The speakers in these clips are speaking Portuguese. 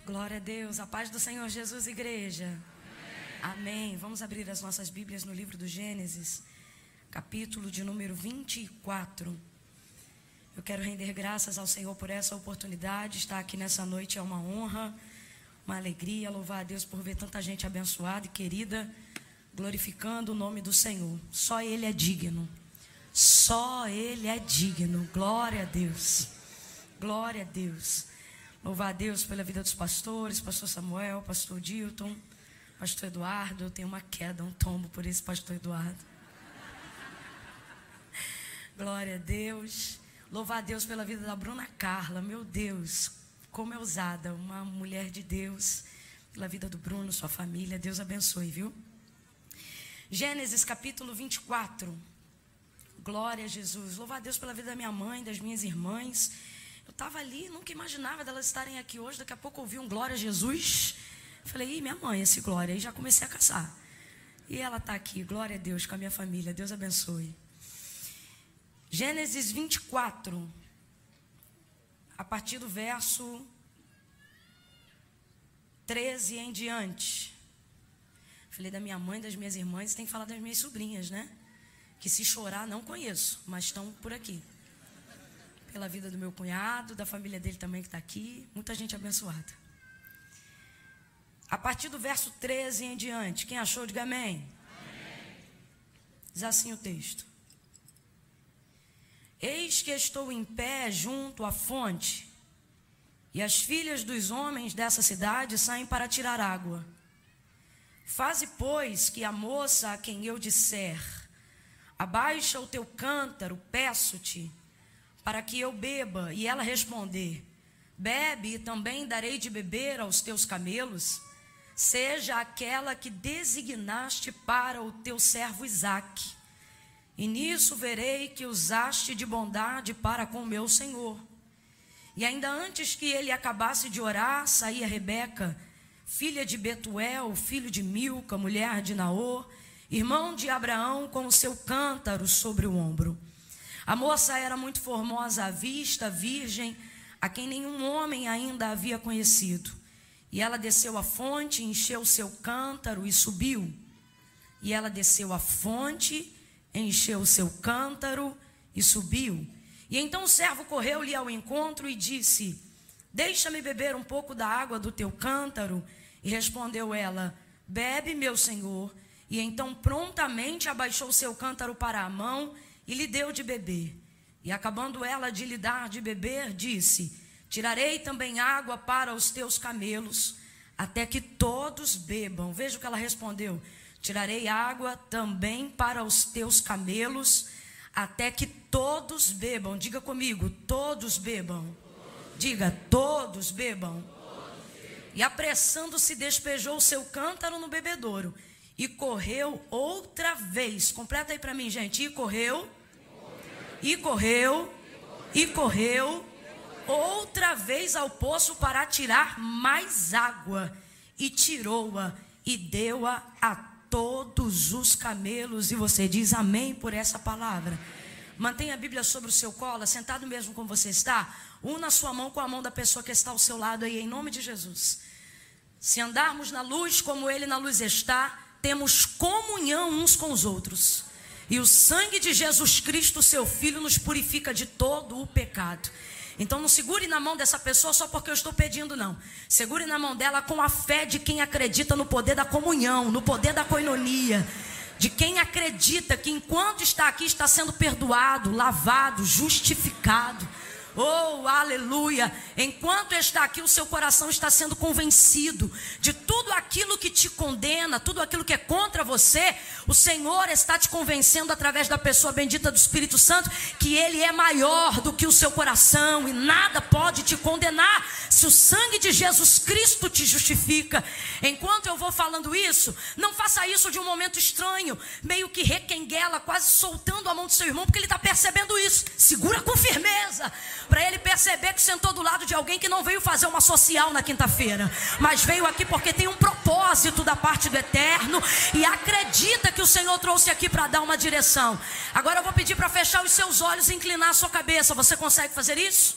Glória a Deus, a paz do Senhor Jesus, igreja. Amém. Vamos abrir as nossas Bíblias no livro do Gênesis, capítulo de número 24. Eu quero render graças ao Senhor por essa oportunidade. Estar aqui nessa noite é uma honra, uma alegria. Louvar a Deus por ver tanta gente abençoada e querida, glorificando o nome do Senhor. Só Ele é digno. Só Ele é digno. Glória a Deus. Glória a Deus. Louvar a Deus pela vida dos pastores, pastor Samuel, pastor Dilton, pastor Eduardo. Eu tenho uma queda, um tombo por esse pastor Eduardo. Glória a Deus. Louvar a Deus pela vida da Bruna Carla. Meu Deus, como é usada, uma mulher de Deus. Pela vida do Bruno, sua família. Deus abençoe, viu? Gênesis capítulo 24. Glória a Jesus. Louvar a Deus pela vida da minha mãe, das minhas irmãs. Eu estava ali, nunca imaginava delas estarem aqui hoje. Daqui a pouco eu ouvi um glória a Jesus. Falei, ih, minha mãe, esse glória. Aí já comecei a caçar. E ela está aqui, glória a Deus, com a minha família. Deus abençoe. Gênesis 24, a partir do verso 13 em diante. Falei da minha mãe, das minhas irmãs, tem que falar das minhas sobrinhas, né? Que se chorar não conheço, mas estão por aqui. Pela vida do meu cunhado, da família dele também que está aqui. Muita gente abençoada. A partir do verso 13 em diante. Quem achou, diga amém. Amém. Diz assim o texto. Eis que estou em pé junto à fonte, e as filhas dos homens dessa cidade saem para tirar água. Faze, pois, que a moça a quem eu disser, abaixa o teu cântaro, peço-te, para que eu beba, e ela responder, bebe e também darei de beber aos teus camelos, seja aquela que designaste para o teu servo Isaque. E nisso verei que usaste de bondade para com meu senhor. E ainda antes que ele acabasse de orar, saía Rebeca, filha de Betuel, filho de Milca, mulher de Naor, irmão de Abraão, com o seu cântaro sobre o ombro. A moça era muito formosa à vista, virgem, a quem nenhum homem ainda havia conhecido. E ela desceu à fonte, encheu o seu cântaro e subiu. E ela desceu à fonte, encheu o seu cântaro e subiu. E então o servo correu-lhe ao encontro e disse, deixa-me beber um pouco da água do teu cântaro. E respondeu ela, bebe, meu senhor. E então prontamente abaixou o seu cântaro para a mão e lhe deu de beber. E acabando ela de lhe dar de beber, disse, tirarei também água para os teus camelos, até que todos bebam. Veja o que ela respondeu. Tirarei água também para os teus camelos, até que todos bebam. Diga comigo, todos bebam. Diga, todos bebam. E apressando-se, despejou o seu cântaro no bebedouro. E correu outra vez. Completa aí para mim, gente. E correu outra vez ao poço para tirar mais água. E tirou-a e deu-a a todos os camelos. E você diz amém por essa palavra. Mantenha a Bíblia sobre o seu colo, sentado mesmo como você está. Una a sua mão com a mão da pessoa que está ao seu lado aí, em nome de Jesus. Se andarmos na luz como Ele na luz está, temos comunhão uns com os outros. E o sangue de Jesus Cristo, seu Filho, nos purifica de todo o pecado. Então não segure na mão dessa pessoa só porque eu estou pedindo, não. Segure na mão dela com a fé de quem acredita no poder da comunhão, no poder da coinonia. De quem acredita que enquanto está aqui está sendo perdoado, lavado, justificado. Oh, aleluia. Enquanto está aqui, o seu coração está sendo convencido de tudo aquilo que te condena, tudo aquilo que é contra você. O Senhor está te convencendo através da pessoa bendita do Espírito Santo que Ele é maior do que o seu coração e nada pode te condenar se o sangue de Jesus Cristo te justifica. Enquanto eu vou falando isso, não faça isso de um momento estranho, meio que requenguela, quase soltando a mão do seu irmão, porque ele está percebendo isso. Segura com firmeza, para ele perceber que sentou do lado de alguém que não veio fazer uma social na quinta-feira, mas veio aqui porque tem um propósito da parte do Eterno e acredita que o Senhor trouxe aqui para dar uma direção. Agora eu vou pedir para fechar os seus olhos e inclinar a sua cabeça. Você consegue fazer isso?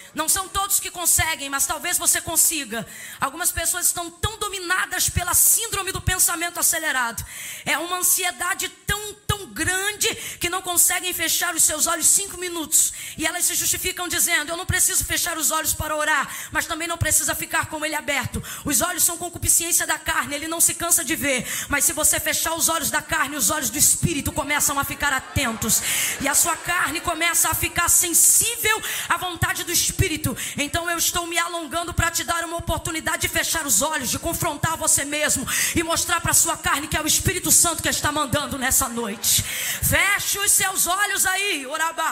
Não são todos que conseguem, mas talvez você consiga. Algumas pessoas estão tão dominadas pela síndrome do pensamento acelerado. É uma ansiedade tão grande que não conseguem fechar os seus olhos 5 minutos. E elas se justificam dizendo: eu não preciso fechar os olhos para orar, mas também não precisa ficar com ele aberto. Os olhos são concupiscência da carne, ele não se cansa de ver. Mas se você fechar os olhos da carne, os olhos do espírito começam a ficar atentos. E a sua carne começa a ficar sensível à vontade do espírito. Então eu estou me alongando para te dar uma oportunidade de fechar os olhos, de confrontar você mesmo e mostrar para a sua carne que é o Espírito Santo que está mandando nessa noite. Feche os seus olhos aí.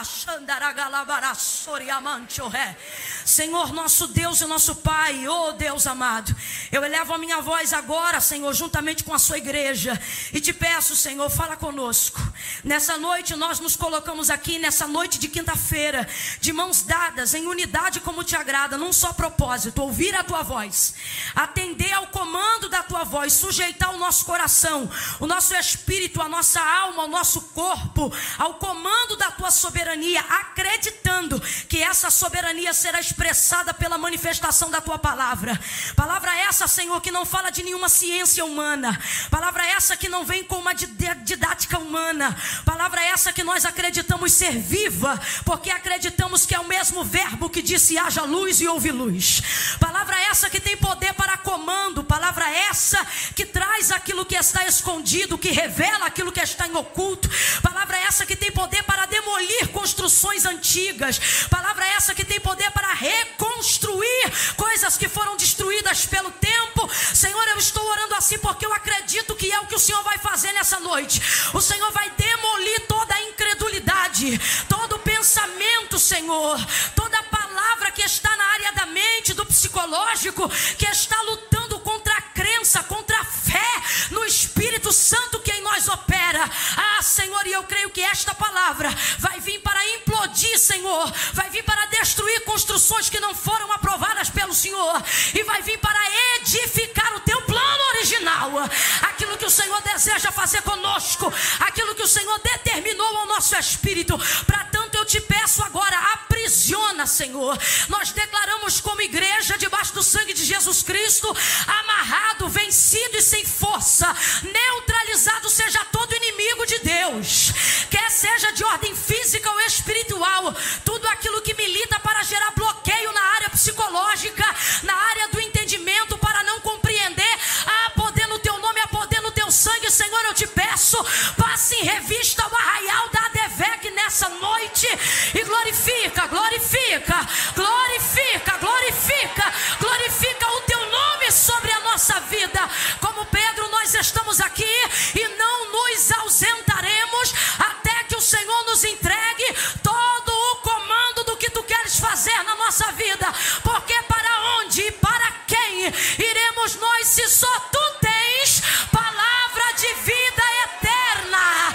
Senhor, nosso Deus e nosso Pai, oh Deus amado, eu elevo a minha voz agora, Senhor, juntamente com a sua igreja, e te peço, Senhor, fala conosco. Nessa noite nós nos colocamos aqui, nessa noite de quinta-feira, de mãos dadas, em unidade como te agrada, num só propósito: ouvir a tua voz, atender ao comando da tua voz, sujeitar o nosso coração, o nosso espírito, a nossa alma, o nosso corpo ao comando da tua soberania, acreditando que essa soberania será expressada pela manifestação da tua palavra. Palavra essa, Senhor, que não fala de nenhuma ciência humana. Palavra essa que não vem com uma didática humana. Palavra essa que nós acreditamos ser viva, porque acreditamos que é o mesmo verbo que disse haja luz e houve luz. Palavra essa que tem poder para comando. Palavra essa que traz aquilo que está escondido, que revela aquilo que está em oculto. Palavra essa que tem poder para demolir construções antigas. Palavra essa que tem poder para reconstruir coisas que foram destruídas pelo tempo. Senhor, eu estou orando assim porque eu acredito que é o que o Senhor vai fazer nessa noite. O Senhor vai demolir toda a incredulidade, todo o pensamento, Senhor, toda a palavra que está na área da mente, do psicológico, que está lutando contra a crença, contra a fé no Espírito Santo que em nós opera. Ah, Senhor, e eu creio que esta palavra vai vir para implodir, Senhor, vai vir para destruir construções que não foram aprovadas pelo Senhor, e vai vir para edificar o teu plano original, aquilo que o Senhor deseja fazer conosco, aquilo que o Senhor determinou ao nosso espírito. Para tanto eu te peço agora, aprisiona, Senhor. Nós declaramos como igreja, debaixo do sangue de Jesus Cristo, amarrado, vencido e sem força, neutralizado seja todo inimigo de Deus, quer seja de ordem física ou espiritual, tudo aquilo que milita para gerar bloqueio na área psicológica, na área do entendimento, para não compreender. Há poder no teu nome, há poder no teu sangue, Senhor, eu te peço, passe em revista o arraial da ADVEC nessa noite e glorifica, glorifica, glorifica, glorifica, glorifica o teu nome sobre a nossa vida. Como Pedro, nós estamos aqui e não nos ausentaremos até que o Senhor nos entregue todo o comando do que tu queres fazer na nossa vida. Porque para onde e para quem iremos nós, se só tu tens palavra de vida eterna?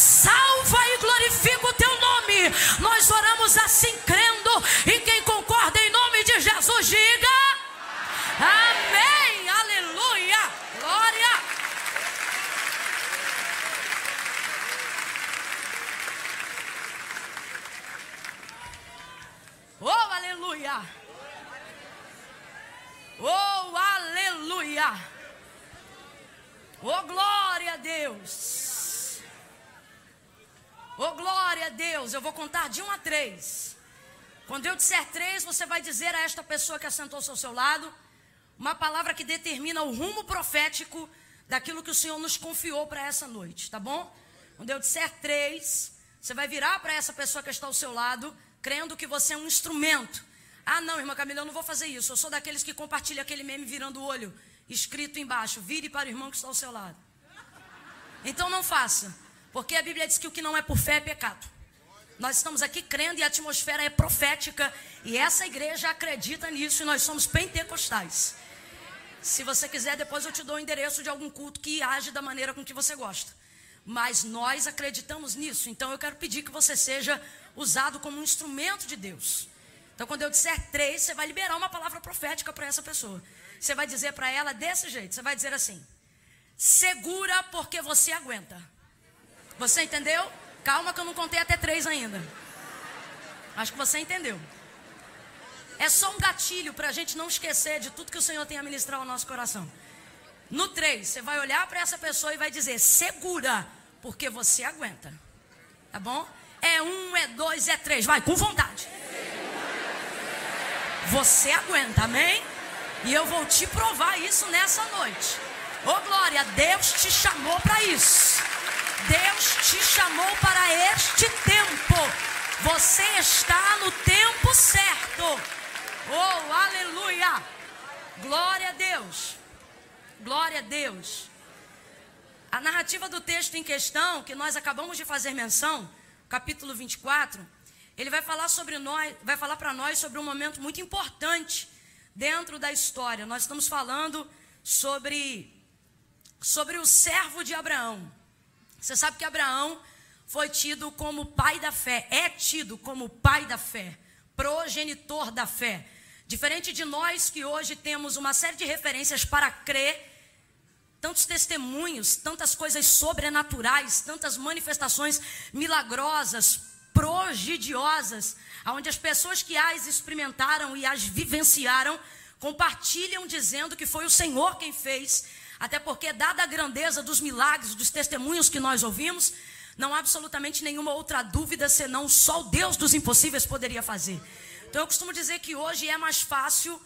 Salva e glorifica o teu nome. Nós oramos assim crendo, e quem concorda em nome de Jesus diga amém, aleluia, glória. Oh, aleluia. Oh, aleluia. Oh, glória a Deus. Oh, glória a Deus. Eu vou contar de 1 a 3. Quando eu disser 3, você vai dizer a esta pessoa que assentou-se ao seu lado uma palavra que determina o rumo profético daquilo que o Senhor nos confiou para essa noite, tá bom? Quando eu disser 3, você vai virar para essa pessoa que está ao seu lado, crendo que você é um instrumento. Ah, não, irmã Camila, eu não vou fazer isso. Eu sou daqueles que compartilham aquele meme virando o olho, escrito embaixo: vire para o irmão que está ao seu lado. Então não faça, porque a Bíblia diz que o que não é por fé é pecado. Nós estamos aqui crendo e a atmosfera é profética, e essa igreja acredita nisso, e nós somos pentecostais. Se você quiser, depois eu te dou o endereço de algum culto que age da maneira com que você gosta. Mas nós acreditamos nisso. Então eu quero pedir que você seja usado como um instrumento de Deus. Então quando eu disser 3, você vai liberar uma palavra profética para essa pessoa. Você vai dizer para ela desse jeito. Você vai dizer assim: segura porque você aguenta. Você entendeu? Calma que eu não contei até 3 ainda. Acho que você entendeu. É só um gatilho para a gente não esquecer de tudo que o Senhor tem a ministrar ao nosso coração. No 3, você vai olhar para essa pessoa e vai dizer: segura, porque você aguenta. Tá bom? É 1, é 2, é 3. Vai, com vontade. Você aguenta, amém? E eu vou te provar isso nessa noite. Ô glória, Deus te chamou para isso. Deus te chamou para este tempo. Você está no tempo certo. Oh, aleluia. Glória a Deus. Glória a Deus. A narrativa do texto em questão, que nós acabamos de fazer menção, capítulo 24, ele vai falar para nós sobre um momento muito importante dentro da história. Nós estamos falando sobre o servo de Abraão. Você sabe que Abraão foi tido como pai da fé, é tido como pai da fé, progenitor da fé. Diferente de nós que hoje temos uma série de referências para crer, tantos testemunhos, tantas coisas sobrenaturais, tantas manifestações milagrosas, prodigiosas, onde as pessoas que as experimentaram e as vivenciaram compartilham dizendo que foi o Senhor quem fez, até porque, dada a grandeza dos milagres, dos testemunhos que nós ouvimos, não há absolutamente nenhuma outra dúvida senão só o Deus dos impossíveis poderia fazer. Então eu costumo dizer que hoje é mais fácil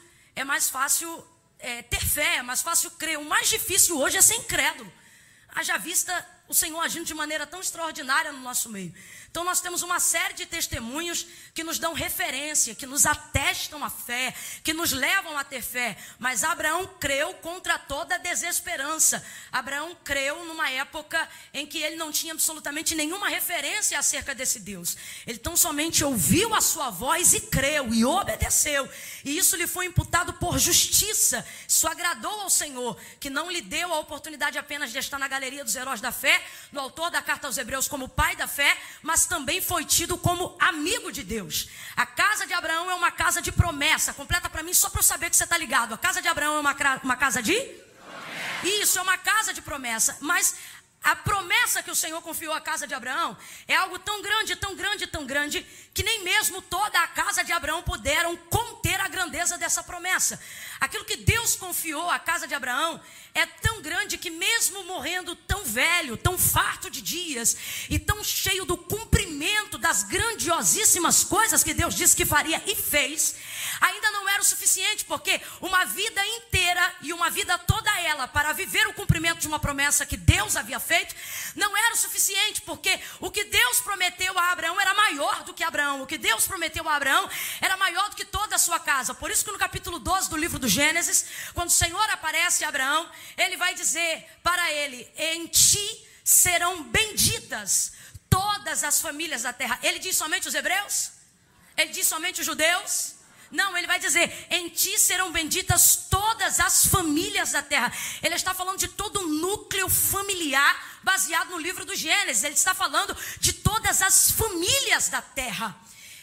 ter fé, é mais fácil crer. O mais difícil hoje é ser incrédulo. Haja vista o Senhor agindo de maneira tão extraordinária no nosso meio. Então nós temos uma série de testemunhos que nos dão referência, que nos atestam a fé, que nos levam a ter fé. Mas Abraão creu contra toda a desesperança. Abraão creu numa época em que ele não tinha absolutamente nenhuma referência acerca desse Deus. Ele tão somente ouviu a sua voz e creu e obedeceu. E isso lhe foi imputado por justiça. Isso agradou ao Senhor, que não lhe deu a oportunidade apenas de estar na galeria dos heróis da fé, no autor da carta aos Hebreus como pai da fé, mas também foi tido como amigo de Deus. A casa de Abraão é uma casa de promessa. Completa para mim só para eu saber que você está ligado. A casa de Abraão é uma casa de promessa. Isso, é uma casa de promessa. Mas a promessa que o Senhor confiou à casa de Abraão é algo tão grande, tão grande, tão grande, que nem mesmo toda a casa de Abraão puderam conter a grandeza dessa promessa. Aquilo que Deus confiou à casa de Abraão é tão grande que, mesmo morrendo tão velho, tão farto de dias e tão cheio do cumprimento das grandiosíssimas coisas que Deus disse que faria e fez, ainda não era o suficiente, porque uma vida inteira e uma vida toda ela para viver o cumprimento de uma promessa que Deus havia feito, não era o suficiente, porque o que Deus prometeu a Abraão era maior do que Abraão. O que Deus prometeu a Abraão era maior do que toda a sua casa. Por isso que no capítulo 12 do livro do Gênesis, quando o Senhor aparece a Abraão, ele vai dizer para ele: em ti serão benditas todas as famílias da terra. Ele diz somente os hebreus? Ele diz somente os judeus? Não, ele vai dizer: em ti serão benditas todas as famílias da terra. Ele está falando de todo o núcleo familiar baseado no livro do Gênesis. Ele está falando de todas as famílias da terra.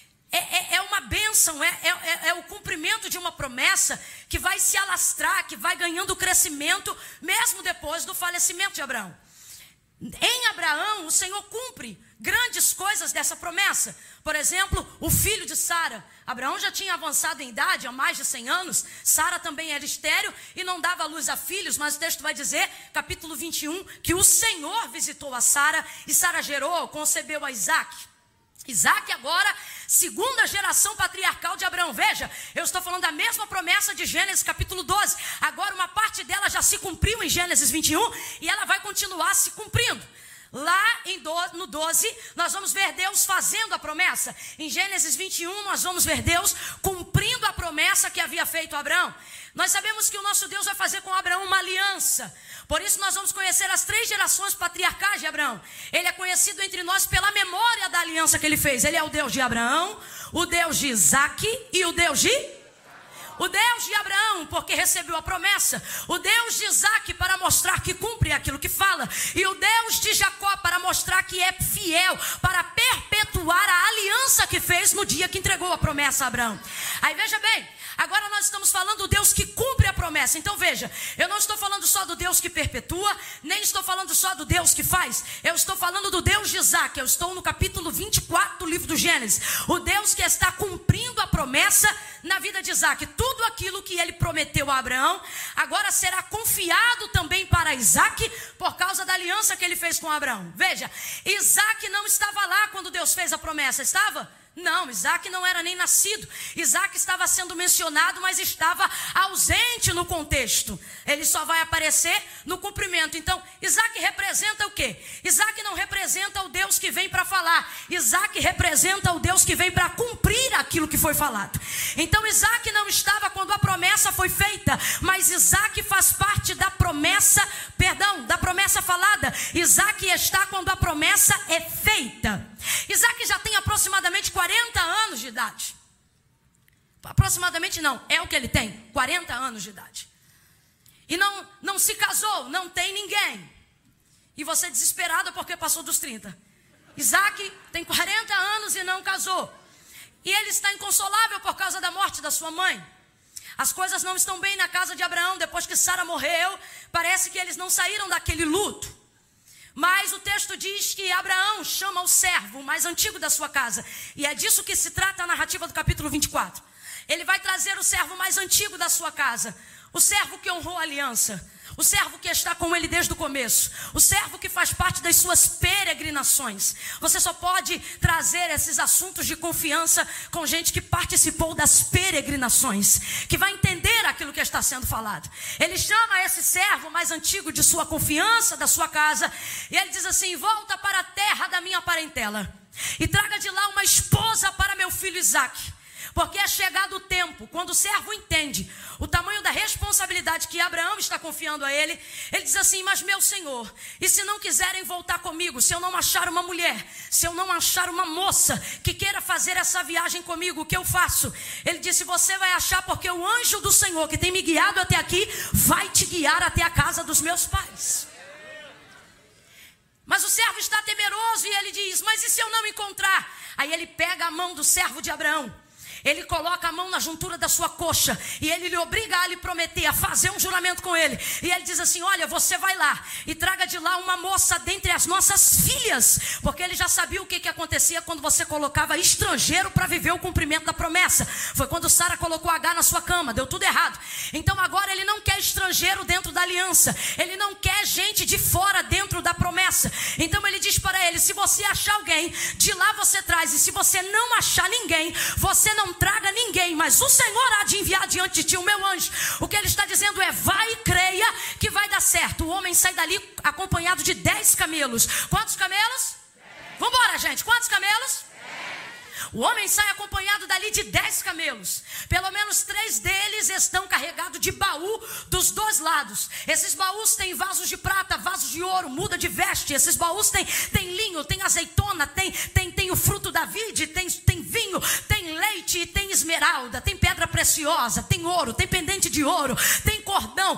É uma bênção, é o cumprimento de uma promessa que vai se alastrar, que vai ganhando crescimento mesmo depois do falecimento de Abraão. Em Abraão, o Senhor cumpre grandes coisas dessa promessa. Por exemplo, o filho de Sara. Abraão já tinha avançado em idade, há mais de 100 anos. Sara também era estéril e não dava luz a filhos, mas o texto vai dizer, capítulo 21, que o Senhor visitou a Sara e Sara gerou, concebeu a Isaac. Isaac agora, segunda geração patriarcal de Abraão. Veja, eu estou falando da mesma promessa de Gênesis capítulo 12. Agora uma parte dela já se cumpriu em Gênesis 21 e ela vai continuar se cumprindo. Lá no 12, nós vamos ver Deus fazendo a promessa. Em Gênesis 21, nós vamos ver Deus cumprindo a promessa que havia feito a Abraão. Nós sabemos que o nosso Deus vai fazer com Abraão uma aliança. Por isso nós vamos conhecer as 3 gerações patriarcais de Abraão. Ele é conhecido entre nós pela memória da aliança que ele fez. Ele é o Deus de Abraão, o Deus de Isaac e o Deus de... O Deus de Abraão, porque recebeu a promessa. O Deus de Isaac, para mostrar que cumpre aquilo que fala. E o Deus de Jacó, para mostrar que é fiel, para perpetuar perpetuar a aliança que fez no dia que entregou a promessa a Abraão. Aí veja bem, agora nós estamos falando do Deus que cumpre a promessa. Então veja, eu não estou falando só do Deus que perpetua, nem estou falando só do Deus que faz. Eu estou falando do Deus de Isaac. Eu estou no capítulo 24 do livro do Gênesis. O Deus que está cumprindo a promessa na vida de Isaac. Tudo aquilo que ele prometeu a Abraão, agora será confiado também para Isaac, por causa da aliança que ele fez com Abraão. Veja, Isaac não estava lá quando Deus fez a promessa, estava? Não, Isaac não era nem nascido. Isaac estava sendo mencionado, mas estava ausente no contexto. Ele só vai aparecer no cumprimento. Então, Isaac representa o quê? Isaac não representa o Deus que vem para falar. Isaac representa o Deus que vem para cumprir aquilo que foi falado. Então, Isaac não estava quando a promessa foi feita, mas Isaac faz parte da promessa, da promessa falada. Isaac está quando a promessa é feita. Isaac já tem aproximadamente 40 anos de idade. Aproximadamente não, é o que ele tem, 40 anos de idade. E não se casou, não tem ninguém. E você desesperado porque passou dos 30. Isaac tem 40 anos e não casou. E ele está inconsolável por causa da morte da sua mãe. As coisas não estão bem na casa de Abraão. Depois que Sara morreu, parece que eles não saíram daquele luto. Mas o texto diz que Abraão chama o servo mais antigo da sua casa. E é disso que se trata a narrativa do capítulo 24. Ele vai trazer o servo mais antigo da sua casa. O servo que honrou a aliança. O servo que está com ele desde o começo. O servo que faz parte das suas peregrinações. Você só pode trazer esses assuntos de confiança com gente que participou das peregrinações, que vai entender aquilo que está sendo falado. Ele chama esse servo mais antigo de sua confiança, da sua casa, e ele diz assim: volta para a terra da minha parentela e traga de lá uma esposa para meu filho Isaque. Porque é chegado o tempo, quando o servo entende o tamanho da responsabilidade que Abraão está confiando a ele, ele diz assim: mas meu senhor, e se não quiserem voltar comigo, se eu não achar uma mulher, se eu não achar uma moça que queira fazer essa viagem comigo, o que eu faço? Ele disse: você vai achar, porque o anjo do Senhor que tem me guiado até aqui, vai te guiar até a casa dos meus pais. Mas o servo está temeroso e ele diz: mas e se eu não encontrar? Aí ele pega a mão do servo de Abraão, ele coloca a mão na juntura da sua coxa e ele lhe obriga a lhe prometer, a fazer um juramento com ele. E ele diz assim: olha, você vai lá e traga de lá uma moça dentre as nossas filhas. Porque ele já sabia o que acontecia quando você colocava estrangeiro para viver o cumprimento da promessa. Foi quando Sara colocou H na sua cama, deu tudo errado. Então agora ele não quer estrangeiro dentro da aliança. Ele não quer gente de fora dentro da promessa. Então ele diz para ele: se você achar alguém, de lá você traz. E se você não achar ninguém, você não traga ninguém, mas o Senhor há de enviar diante de ti o meu anjo. O que ele está dizendo é: vai e creia que vai dar certo. O homem sai dali acompanhado de 10 camelos. Quantos camelos? 10. Vamos embora, gente. Quantos camelos? 10. O homem sai acompanhado dali de 10 camelos. Pelo menos 3 deles estão carregados de baú dos 2 lados. Esses baús têm vasos de prata, vasos de ouro, muda de veste. Esses baús têm linho, tem azeitona, tem o fruto da vide, tem vinho, tem leite, tem esmeralda, tem pedra preciosa, tem ouro, tem pendente de ouro, tem cordão.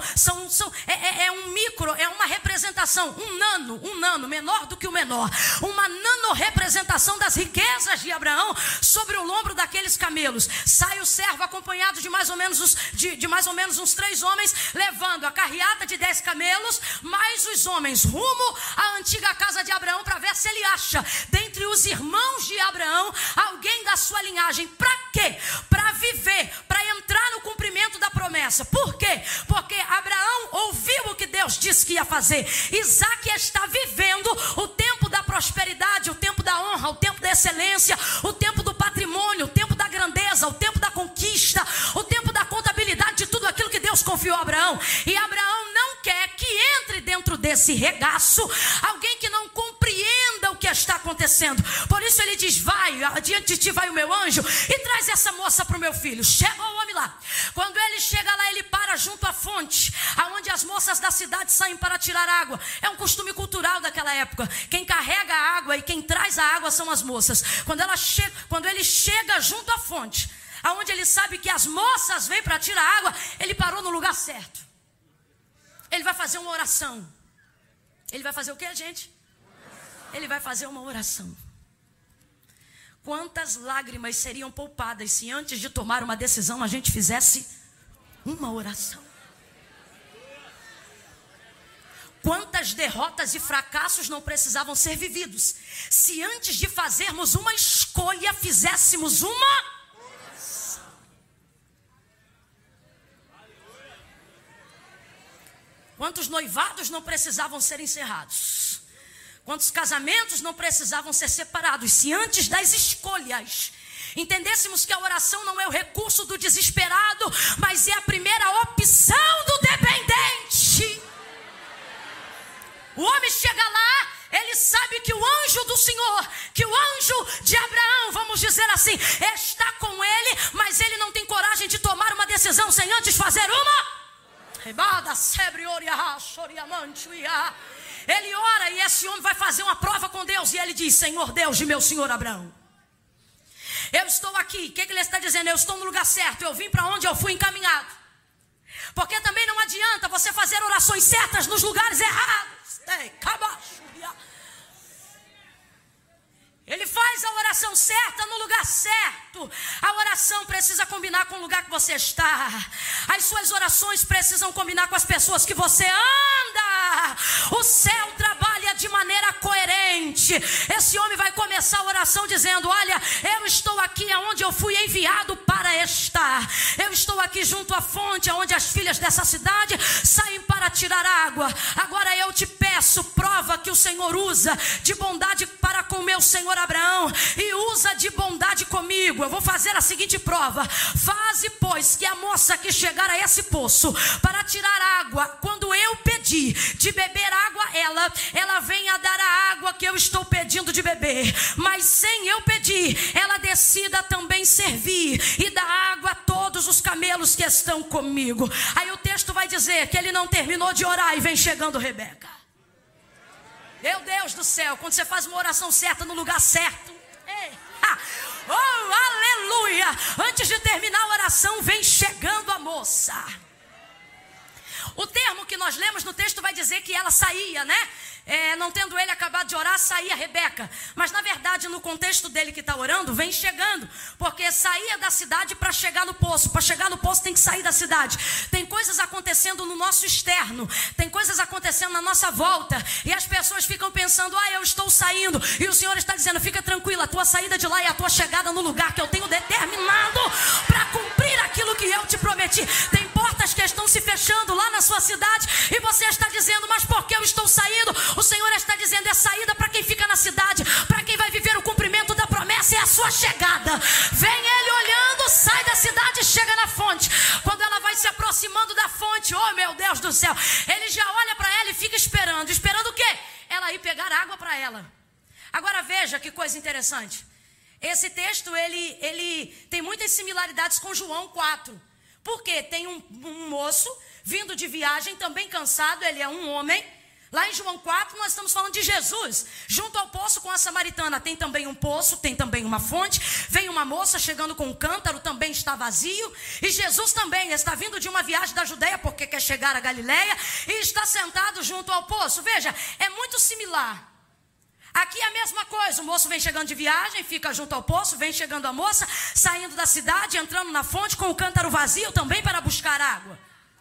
É um micro, é uma representação, um nano, menor do que o menor. Uma nano representação das riquezas de Abraão sobre o lombro daqueles camelos. Sai o servo acompanhado de mais ou menos uns 3 homens, levando a carreata de 10 camelos, mais os homens rumo à antiga casa de Abraão, para ver se ele acha dentre os irmãos de Abraão alguém da sua linhagem. Para quê? Para viver, para entrar no cumprimento da promessa. Por quê? Porque Abraão ouviu o que Deus disse que ia fazer. Isaac está vivendo o tempo da prosperidade, o tempo da honra, o tempo da excelência, o tempo do patrimônio, o tempo da grandeza, o tempo da conquista, o tempo da contabilidade de tudo aquilo que Deus confiou a Abraão. E Abraão não quer que entre dentro desse regaço alguém que não compreenda o que está acontecendo. Por isso ele diz: vai, adiante de ti vai o meu anjo e traz essa moça para o meu filho. Chega o homem lá. Quando ele chega lá, ele para junto à fonte, aonde as moças da cidade saem para tirar água. É um costume cultural daquela época. Quem carrega a água e quem traz a água são as moças. Quando ele chega junto à fonte, aonde ele sabe que as moças vêm para tirar água, ele parou no lugar certo. Ele vai fazer uma oração. Ele vai fazer o que, gente? Ele vai fazer uma oração. Quantas lágrimas seriam poupadas se antes de tomar uma decisão a gente fizesse uma oração? Quantas derrotas e fracassos não precisavam ser vividos se antes de fazermos uma escolha fizéssemos uma oração? Quantos noivados não precisavam ser encerrados? Quantos casamentos não precisavam ser separados se antes das escolhas entendêssemos que a oração não é o recurso do desesperado, mas é a primeira opção do dependente? O homem chega lá, ele sabe que o anjo do Senhor, que o anjo de Abraão, vamos dizer assim, está com ele, mas ele não tem coragem de tomar uma decisão sem antes fazer uma. Ele ora e esse homem vai fazer uma prova com Deus e ele diz: Senhor Deus de meu senhor Abraão, eu estou aqui. O que ele está dizendo? Eu estou no lugar certo, eu vim para onde eu fui encaminhado. Porque também não adianta você fazer orações certas nos lugares errados. Ele faz a oração certa no lugar certo. A oração precisa combinar com o lugar que você está. As suas orações precisam combinar com as pessoas que você anda. O céu trabalha de maneira coerente. Esse homem vai começar a oração dizendo: olha, eu estou aqui aonde eu fui enviado para estar. Eu estou aqui junto à fonte, onde as filhas dessa cidade saem para tirar água. Agora eu te peço, prova que o Senhor usa de bondade para com meu senhor Abraão e usa de bondade comigo. Eu vou fazer a seguinte prova: faze, pois, que a moça que chegar a esse poço para tirar água, quando eu pedir de beber água, ela venha dar a água que eu estou pedindo de beber, mas sem eu pedir, ela decida também servir e dar água a todos os camelos que estão comigo. Aí o texto vai dizer que ele não terminou de orar e vem chegando Rebeca. Meu Deus do céu, quando você faz uma oração certa no lugar certo, oh, aleluia, antes de terminar a oração vem chegando a moça. O termo que nós lemos no texto vai dizer que ela saía, né? Não tendo ele acabado de orar, saía Rebeca. Mas na verdade, no contexto dele que está orando, vem chegando. Porque saía da cidade para chegar no poço. Para chegar no poço tem que sair da cidade. Tem coisas acontecendo no nosso externo. Tem coisas acontecendo na nossa volta. E as pessoas ficam pensando: eu estou saindo. E o Senhor está dizendo: fica tranquila, a tua saída de lá é a tua chegada no lugar que eu tenho determinado para cumprir aquilo que eu te prometi. Tem portas que estão se fechando lá na sua cidade e você está dizendo: mas por que eu estou saindo? O Senhor está dizendo: é saída para quem fica na cidade, para quem vai viver o cumprimento da promessa, é a sua chegada. Vem ele olhando, sai da cidade e chega na fonte. Quando ela vai se aproximando da fonte, oh meu Deus do céu, ele já olha para ela e fica esperando. Esperando o quê? Ela ir pegar água para ela. Agora veja que coisa interessante. Esse texto ele tem muitas similaridades com João 4. Porque tem um moço vindo de viagem, também cansado, ele é um homem. Lá em João 4 nós estamos falando de Jesus, junto ao poço com a samaritana. Tem também um poço, tem também uma fonte. Vem uma moça chegando com um cântaro, também está vazio. E Jesus também está vindo de uma viagem da Judeia, porque quer chegar a Galileia, e está sentado junto ao poço. Veja, é muito similar. Aqui é a mesma coisa, o moço vem chegando de viagem, fica junto ao poço, vem chegando a moça, saindo da cidade, entrando na fonte com o cântaro vazio também para buscar água.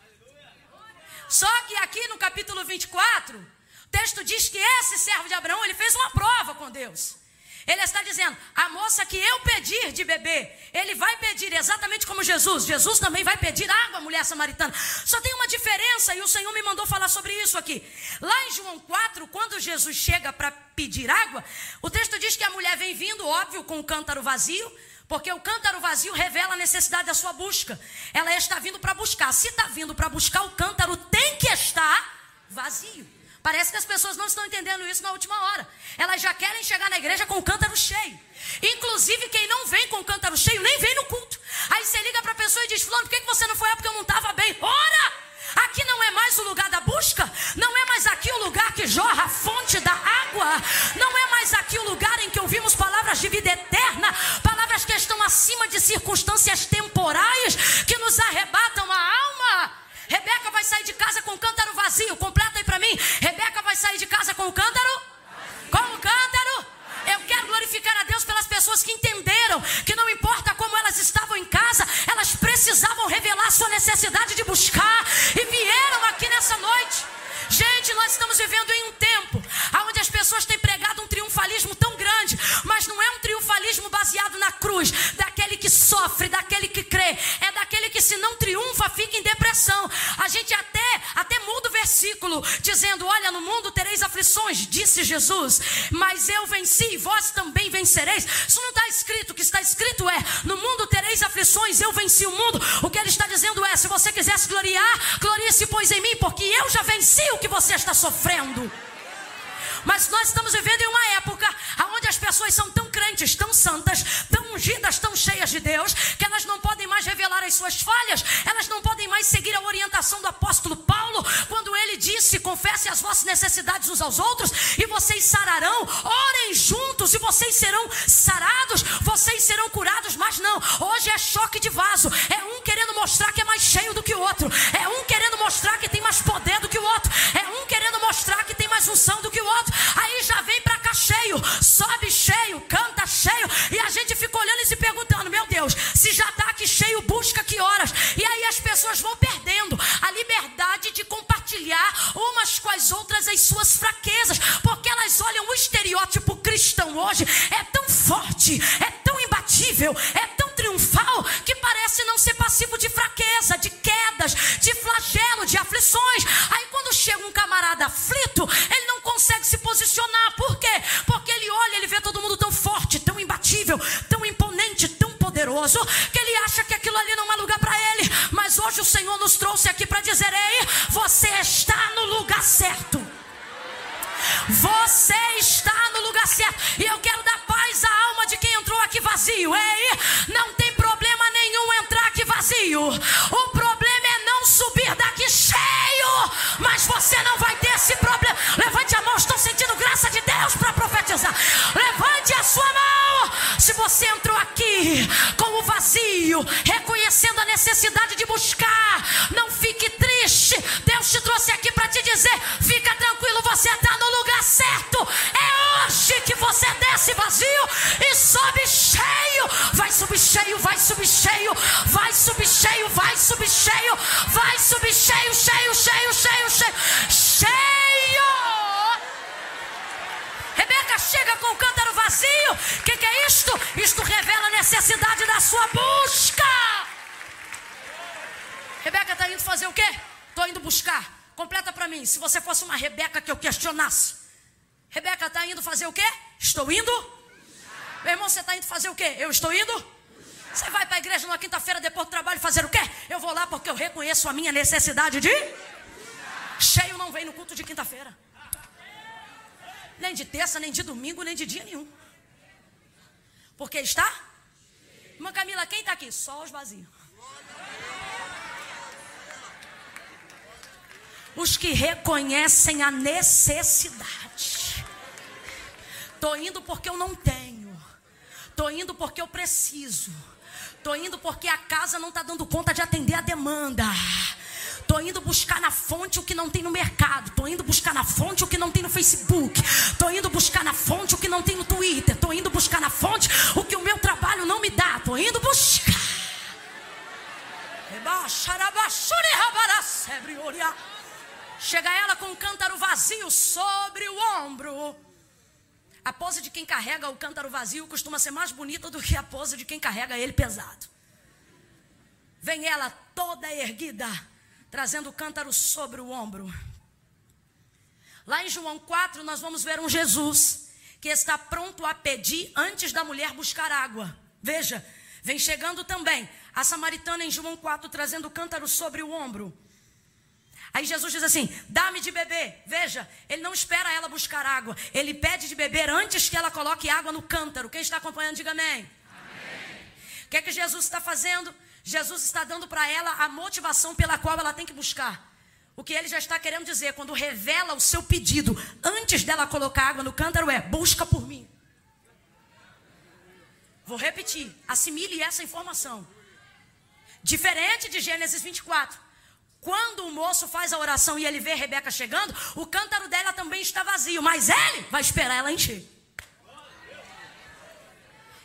Só que aqui no capítulo 24, o texto diz que esse servo de Abraão, ele fez uma prova com Deus. Ele está dizendo: a moça que eu pedir de beber, ele vai pedir exatamente como Jesus. Jesus também vai pedir água, a mulher samaritana. Só tem uma diferença, e o Senhor me mandou falar sobre isso aqui. Lá em João 4, quando Jesus chega para pedir água, o texto diz que a mulher vem vindo, óbvio, com o cântaro vazio, porque o cântaro vazio revela a necessidade da sua busca. Ela está vindo para buscar. Se está vindo para buscar, o cântaro tem que estar vazio. Parece que as pessoas não estão entendendo isso na última hora. Elas já querem chegar na igreja com o cântaro cheio. Inclusive, quem não vem com o cântaro cheio, nem vem no culto. Aí você liga para a pessoa e diz: fulano, por que você não foi? É porque eu não estava bem. Ora! Aqui não é mais o lugar da busca. Não é mais aqui o lugar que jorra a fonte da água. Não é mais aqui o lugar em que ouvimos palavras de vida eterna. Palavras que estão acima de circunstâncias temporais que nos arrebatam a alma. Rebeca vai sair de casa com o cântaro vazio. Completa aí para mim. Rebeca vai sair de casa com o cântaro? Com o cântaro? Eu quero glorificar glorificar a Deus pelas pessoas que entenderam que não importa como elas estavam em casa, elas precisavam revelar sua necessidade de buscar e vieram aqui nessa noite. Gente, nós estamos vivendo em um tempo onde as pessoas têm pregado um triunfalismo tão grande, mas não é um triunfalismo baseado na cruz, daquele que sofre, daquele que crê, é daquele que se não triunfa fica em depressão. A gente até muda o versículo, dizendo, olha, no mundo tereis aflições, disse Jesus, mas eu venci e vós também vencereis. Isso não está escrito, o que está escrito é, no mundo tereis aflições, eu venci o mundo. O que ele está dizendo é, se você quiser se gloriar, glorie-se pois em mim, porque eu já venci o que você está sofrendo. Mas nós estamos vivendo em uma época onde as pessoas são tão crentes, tão santas, tão ungidas, tão cheias de Deus, que elas não podem mais revelar as suas falhas, elas não podem mais seguir a orientação do apóstolo Paulo, quando ele disse, confessem as vossas necessidades uns aos outros, e vocês sararão, orem juntos, e vocês serão sarados, vocês serão curados. Mas não, hoje é choque de vaso, é um querendo mostrar que é mais cheio do que o outro, é um querendo mostrar que tem mais poder do que o outro, é um querendo mostrar que tem mais unção do que o outro. Aí já vem pra cá cheio, sobe cheio, canta cheio, e a gente fica olhando e se perguntando, meu Deus, se já está aqui cheio, busca que horas? E aí as pessoas vão perdendo a liberdade de compartilhar umas com as outras as suas fraquezas, porque elas olham o estereótipo cristão hoje, é tão forte, é tão imbatível, é tão triunfal, que parece não ser passivo de fraqueza, de quedas, de flagelo, de aflições. Aí quando chega um camarada aflito, ele não consegue se posicionar. Por quê? Porque ele olha, ele vê todo mundo tão forte, tão imbatível, tão imponente, tão poderoso, que ele acha que aquilo ali não é lugar para ele. Mas hoje o Senhor nos trouxe aqui para dizer, ei, você está no lugar certo. Você está no lugar certo. E eu quero dar paz à alma de quem entrou aqui vazio. Ei, não tem problema nenhum entrar aqui vazio. O problema é não subir daqui cheio. Mas você não vai ter esse problema. Levante a mão, estou sentindo graça de Deus para profetizar. Levante a sua mão. Se você entrou aqui com o vazio, reconhecendo a necessidade de buscar, não fique triste. Deus te trouxe aqui para te dizer, fica tranquilo, você está no lugar certo. É hoje que você desce vazio e sobe cheio. Vai subir cheio, vai subir cheio, vai subir cheio, vai subir cheio, vai subir cheio, cheio, cheio, cheio, cheio, cheio. Rebeca chega com o cântaro vazio. O que é isto? Isto revela a necessidade da sua busca. Rebeca está indo fazer o quê? Estou indo buscar. Completa para mim. Se você fosse uma Rebeca que eu questionasse. Rebeca está indo fazer o quê? Estou indo. Meu irmão, você está indo fazer o quê? Eu estou indo. Você vai para a igreja numa quinta-feira depois do trabalho fazer o quê? Eu vou lá porque eu reconheço a minha necessidade de... Cheio não vem no culto de quinta-feira. Nem de terça, nem de domingo, nem de dia nenhum. Porque está? Irmã Camila, quem está aqui? Só os vazios. Os que reconhecem a necessidade. Estou indo porque eu não tenho. Estou indo porque eu preciso. Estou indo porque a casa não está dando conta de atender a demanda. Estou indo buscar na fonte o que não tem no mercado. Estou indo buscar na fonte o que não tem no Facebook. Estou indo buscar na fonte o que não tem no Twitter. Estou indo buscar na fonte o que o meu trabalho não me dá. Estou indo buscar. Chega ela com um cântaro vazio sobre o ombro. A pose de quem carrega o cântaro vazio costuma ser mais bonita do que a pose de quem carrega ele pesado. Vem ela toda erguida, trazendo o cântaro sobre o ombro. Lá em João 4, nós vamos ver um Jesus que está pronto a pedir antes da mulher buscar água. Veja, vem chegando também a samaritana em João 4, trazendo o cântaro sobre o ombro. Aí Jesus diz assim, dá-me de beber. Veja, ele não espera ela buscar água. Ele pede de beber antes que ela coloque água no cântaro. Quem está acompanhando, diga amém. O que é que Jesus está fazendo? Jesus está dando para ela a motivação pela qual ela tem que buscar. O que ele já está querendo dizer, quando revela o seu pedido, antes dela colocar água no cântaro, é, busca por mim. Vou repetir, assimile essa informação. Diferente de Gênesis 24. Quando o moço faz a oração e ele vê Rebeca chegando, o cântaro dela também está vazio, mas ele vai esperar ela encher.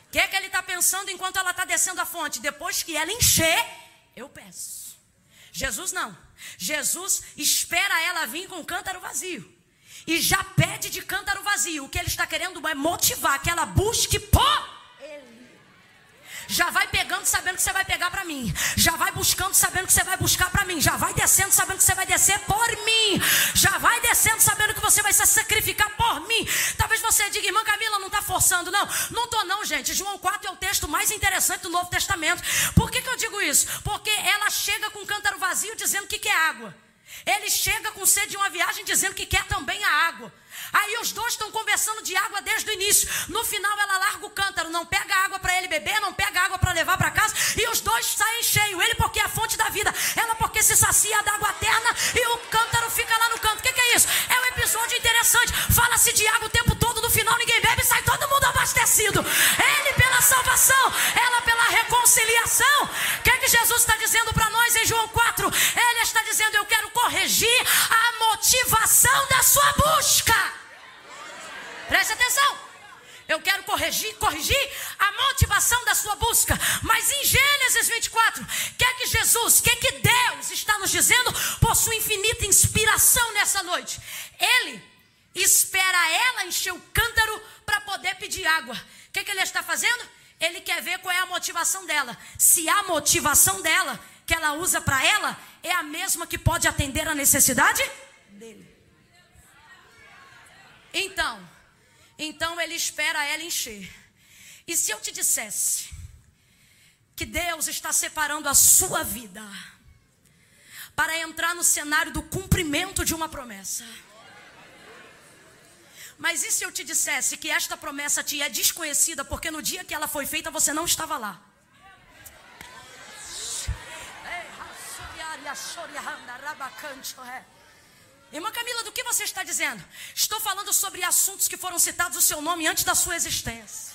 O que é que ele está pensando enquanto ela está descendo a fonte? Depois que ela encher, eu peço. Jesus não. Jesus espera ela vir com o cântaro vazio. E já pede de cântaro vazio. O que ele está querendo é motivar que ela busque por ele. Já vai pegando sabendo que você vai pegar para mim. Já vai buscando sabendo que você vai buscar para mim. Já vai descendo sabendo que você vai descer por mim. Já vai descendo sabendo que você vai se sacrificar por mim. Talvez você diga, irmã Camila, não está forçando. Não, não estou não, gente. João 4 é o texto mais interessante do Novo Testamento. Por que eu digo isso? Porque ela chega com um cântaro vazio dizendo que quer água. Ele chega com sede de uma viagem dizendo que quer também a água. Aí os dois estão conversando de água desde o início. No final ela larga o cântaro, não pega água para ele beber, não pega água para levar para casa. E os dois saem cheios. Ele porque é a fonte da vida, ela porque se sacia da água eterna. E o cântaro fica lá no canto. O que é isso? É um episódio interessante. Fala-se de água o tempo todo, no final ninguém bebe, sai todo mundo abastecido. Ele pela salvação, ela pela reconciliação. O que é que Jesus está dizendo para nós em João 4? Ele está dizendo, eu quero corrigir a motivação da sua busca. Preste atenção. Eu quero corrigir a motivação da sua busca. Mas em Gênesis 24, o que Deus está nos dizendo por sua infinita inspiração nessa noite? Ele espera ela encher o cântaro para poder pedir água. O que ele está fazendo? Ele quer ver qual é a motivação dela. Se a motivação dela, que ela usa para ela, é a mesma que pode atender a necessidade dele. Então ele espera ela encher. E se eu te dissesse que Deus está separando a sua vida para entrar no cenário do cumprimento de uma promessa? Mas e se eu te dissesse que esta promessa te é desconhecida porque no dia que ela foi feita você não estava lá? Irmã Camila, do que você está dizendo? Estou falando sobre assuntos que foram citados o seu nome antes da sua existência.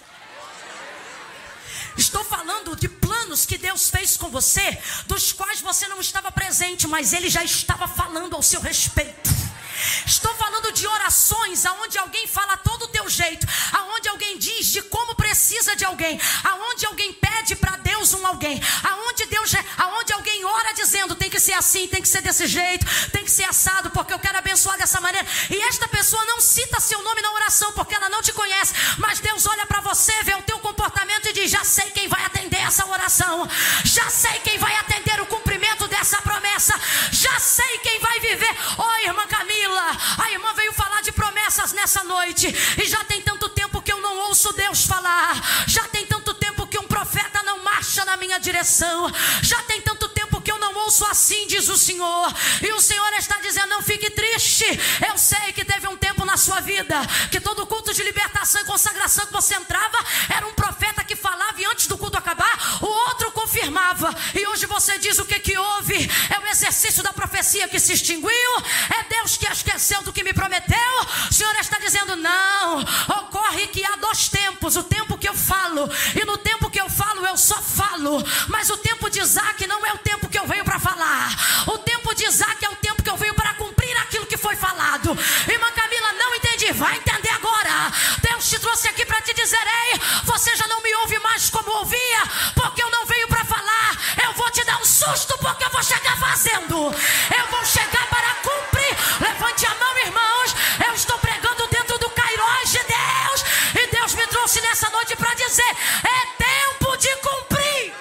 Estou falando de planos que Deus fez com você, dos quais você não estava presente, mas Ele já estava falando ao seu respeito. Estou falando de orações aonde alguém fala todo o teu jeito, aonde alguém diz de como precisa de alguém, aonde alguém pede para Deus um alguém, aonde alguém ora dizendo tem que ser assim, tem que ser desse jeito, tem que ser assado porque eu quero abençoar dessa maneira. E esta pessoa não cita seu nome na oração porque ela não te conhece, mas Deus olha para você, vê o teu comportamento e diz, já sei quem vai atender essa oração, já sei quem vai atender o cumprimento dessa promessa, já sei quem vai viver. Irmã Camila, a irmã veio falar de promessas nessa noite, e já tem tanto tempo que eu não ouço Deus falar, já tem tanto tempo que um profeta não marcha na minha direção, já tem tanto tempo que eu não ouço assim, diz o Senhor. E o Senhor está dizendo, não fique triste, eu sei que teve um tempo na sua vida, que todo culto de libertação e consagração que você entrava, era um profeta que falava e antes do culto acabar, o outro confirmava, e hoje você diz o que houve, é o exercício da profecia que se extinguiu, é Deus que esqueceu do que me prometeu. O Senhor está dizendo, não, ocorre que há dois tempos, o tempo que eu falo, e no tempo que eu falo eu só falo, mas o tempo de Isaac não é o tempo que eu venho para falar, o tempo de Isaac é o tempo que eu venho para cumprir aquilo que foi falado. Irmã Camila, não entendi, vai entender agora. Deus te trouxe aqui para te dizer, ei, você já não me ouve mais como ouvia, porque eu não venho para falar, eu vou te dar um susto porque eu vou chegar fazendo, eu vou chegar para cumprir. Levante a mão, irmãos, eu estou pregando dentro do Kairos de Deus, e Deus me trouxe nessa noite para dizer, é tempo de cumprir.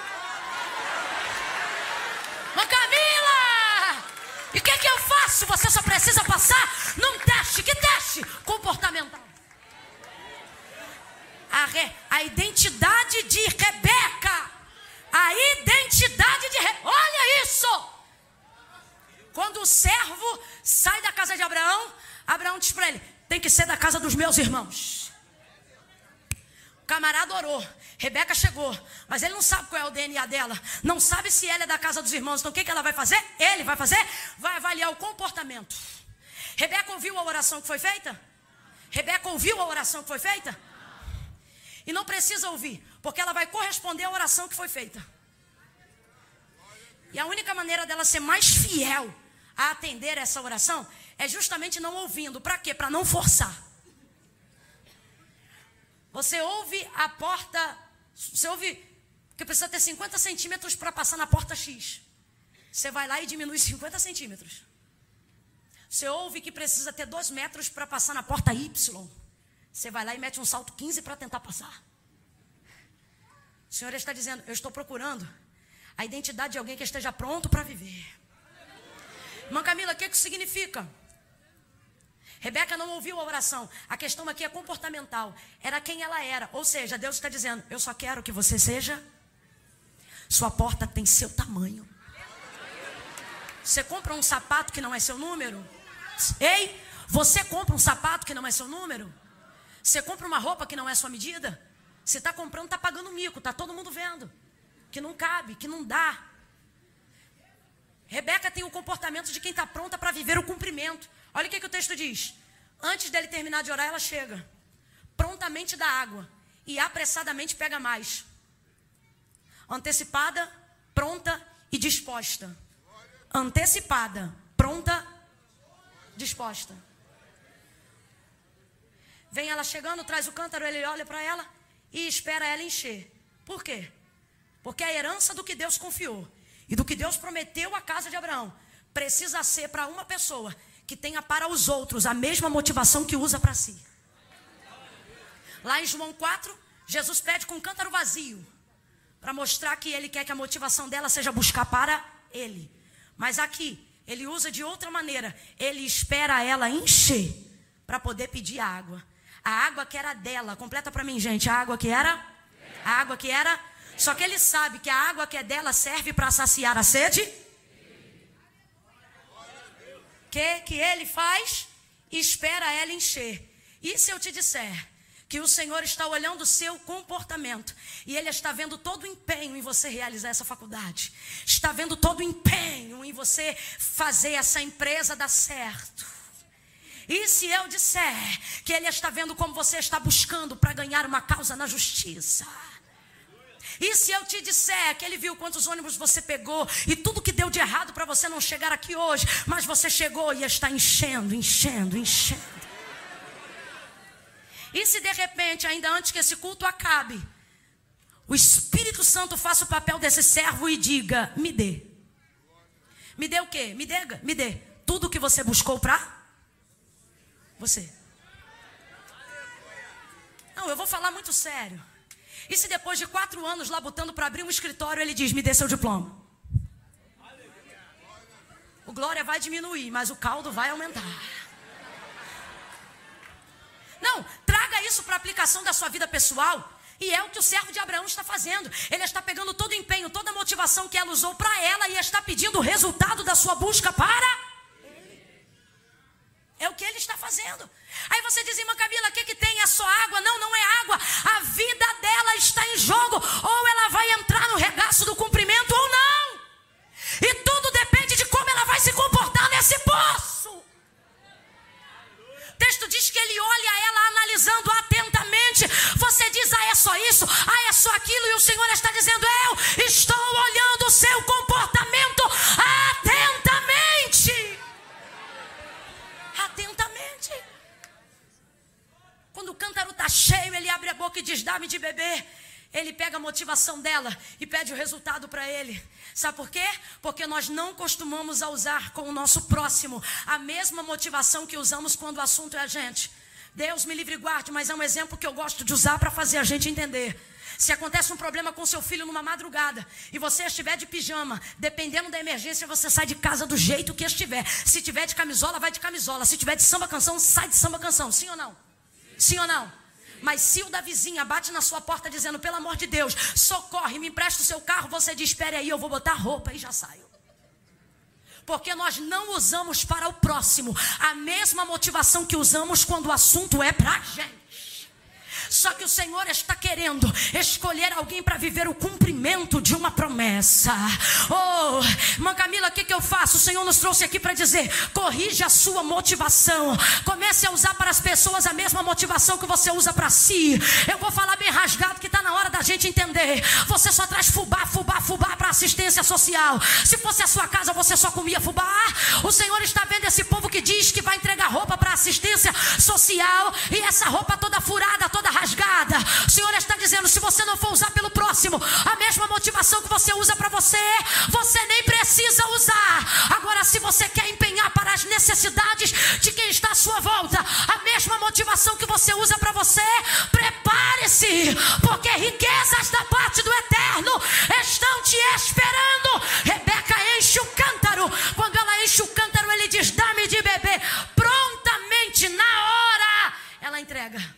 Mas Camila, e o que eu faço? Você só precisa passar num teste. Que teste? Comportamental. A identidade de Rebeca, olha isso. Quando o servo sai da casa de Abraão, Abraão diz para ele, tem que ser da casa dos meus irmãos. O camarada orou, Rebeca chegou, mas ele não sabe qual é o DNA dela, não sabe se ela é da casa dos irmãos. Então o que ela vai fazer? Ele vai fazer? Vai avaliar o comportamento. Rebeca ouviu a oração que foi feita? Rebeca ouviu a oração que foi feita? E não precisa ouvir, porque ela vai corresponder à oração que foi feita. E a única maneira dela ser mais fiel a atender essa oração é justamente não ouvindo. Para quê? Para não forçar. Você ouve a porta Você ouve que precisa ter 50 centímetros para passar na porta X. Você vai lá e diminui 50 centímetros. Você ouve que precisa ter 2 metros para passar na porta Y. Você vai lá e mete um salto 15 para tentar passar. O Senhor está dizendo, eu estou procurando a identidade de alguém que esteja pronto para viver. Irmã Camila, o que isso significa? Rebeca não ouviu a oração. A questão aqui é comportamental. Era quem ela era. Ou seja, Deus está dizendo, eu só quero que você seja. Sua porta tem seu tamanho. Você compra um sapato que não é seu número? Ei, você compra um sapato que não é seu número? Você compra uma roupa que não é sua medida? Você está comprando, está pagando mico, está todo mundo vendo. Que não cabe, que não dá. Rebeca tem o comportamento de quem está pronta para viver o cumprimento. Olha o que o texto diz. Antes dele terminar de orar, ela chega. Prontamente dá água. E apressadamente pega mais. Antecipada, pronta e disposta. Antecipada, pronta, disposta. Vem ela chegando, traz o cântaro, ele olha para ela e espera ela encher. Por quê? Porque a herança do que Deus confiou e do que Deus prometeu à casa de Abraão precisa ser para uma pessoa que tenha para os outros a mesma motivação que usa para si. Lá em João 4, Jesus pede com um cântaro vazio para mostrar que ele quer que a motivação dela seja buscar para ele. Mas aqui, ele usa de outra maneira. Ele espera ela encher para poder pedir a água. A água que era dela, completa para mim, gente. A água que era? A água que era? Só que ele sabe que a água que é dela serve para saciar a sede. Que ele faz? Espera ela encher. E se eu te disser que o Senhor está olhando o seu comportamento e Ele está vendo todo o empenho em você realizar essa faculdade, está vendo todo o empenho em você fazer essa empresa dar certo, e se eu disser que Ele está vendo como você está buscando para ganhar uma causa na justiça, e se eu te disser que Ele viu quantos ônibus você pegou e tudo que deu de errado para você não chegar aqui hoje, mas você chegou e está enchendo. E se de repente, ainda antes que esse culto acabe, o Espírito Santo faça o papel desse servo e diga, me dê. Me dê o quê? Me dê tudo que você buscou para você. Não, eu vou falar muito sério. E se depois de 4 anos labutando para abrir um escritório, ele diz, me dê seu diploma. O glória vai diminuir, mas o caldo vai aumentar. Não, traga isso para a aplicação da sua vida pessoal. E é o que o servo de Abraão está fazendo. Ele está pegando todo o empenho, toda a motivação que ela usou para ela e está pedindo o resultado da sua busca para ele. É o que ele está fazendo. Aí você diz, irmã Camila, o que tem? É só água? Não, não é água. A vida dela está em jogo. Ou ela vai entrar no regaço do cumprimento ou não. E tudo depende de como ela vai se comportar nesse poço. O texto diz que ele olha ela analisando atentamente. Você diz, é só isso? É só aquilo? E o Senhor está dizendo, eu estou olhando o seu comportamento atentamente. Atentamente. Quando o cântaro está cheio, ele abre a boca e diz, dá-me de beber. Ele pega a motivação dela e pede o resultado para ele. Sabe por quê? Porque nós não costumamos a usar com o nosso próximo a mesma motivação que usamos quando o assunto é a gente. Deus me livre e guarde, mas é um exemplo que eu gosto de usar para fazer a gente entender. Se acontece um problema com seu filho numa madrugada e você estiver de pijama, dependendo da emergência, você sai de casa do jeito que estiver. Se tiver de camisola, vai de camisola. Se tiver de samba canção, sai de samba canção. Sim ou não? Sim ou não? Mas se o da vizinha bate na sua porta dizendo, pelo amor de Deus, socorre, me empresta o seu carro, você diz, espere aí, eu vou botar roupa e já saio. Porque nós não usamos para o próximo a mesma motivação que usamos quando o assunto é para a gente. Só que o Senhor está querendo escolher alguém para viver o cumprimento de uma promessa. Oh, irmã Camila, o que eu faço? O Senhor nos trouxe aqui para dizer, corrija a sua motivação. Comece a usar para as pessoas a mesma motivação que você usa para si. Eu vou falar bem rasgado que está na hora da gente entender. Você só traz fubá para assistência social. Se fosse a sua casa, você só comia fubá. O Senhor está vendo esse povo que diz que vai entregar roupa para assistência social e essa roupa toda furada, toda rasgada. O Senhor está dizendo, se você não for usar pelo próximo. A mesma motivação que você usa para você, você nem precisa usar. Agora, se você quer empenhar para as necessidades de quem está à sua volta, a mesma motivação que você usa para você, prepare-se, porque riquezas da parte do Eterno estão te esperando. Rebeca enche o cântaro. Quando ela enche o cântaro, ele diz: dá-me de beber. Prontamente, na hora, ela entrega.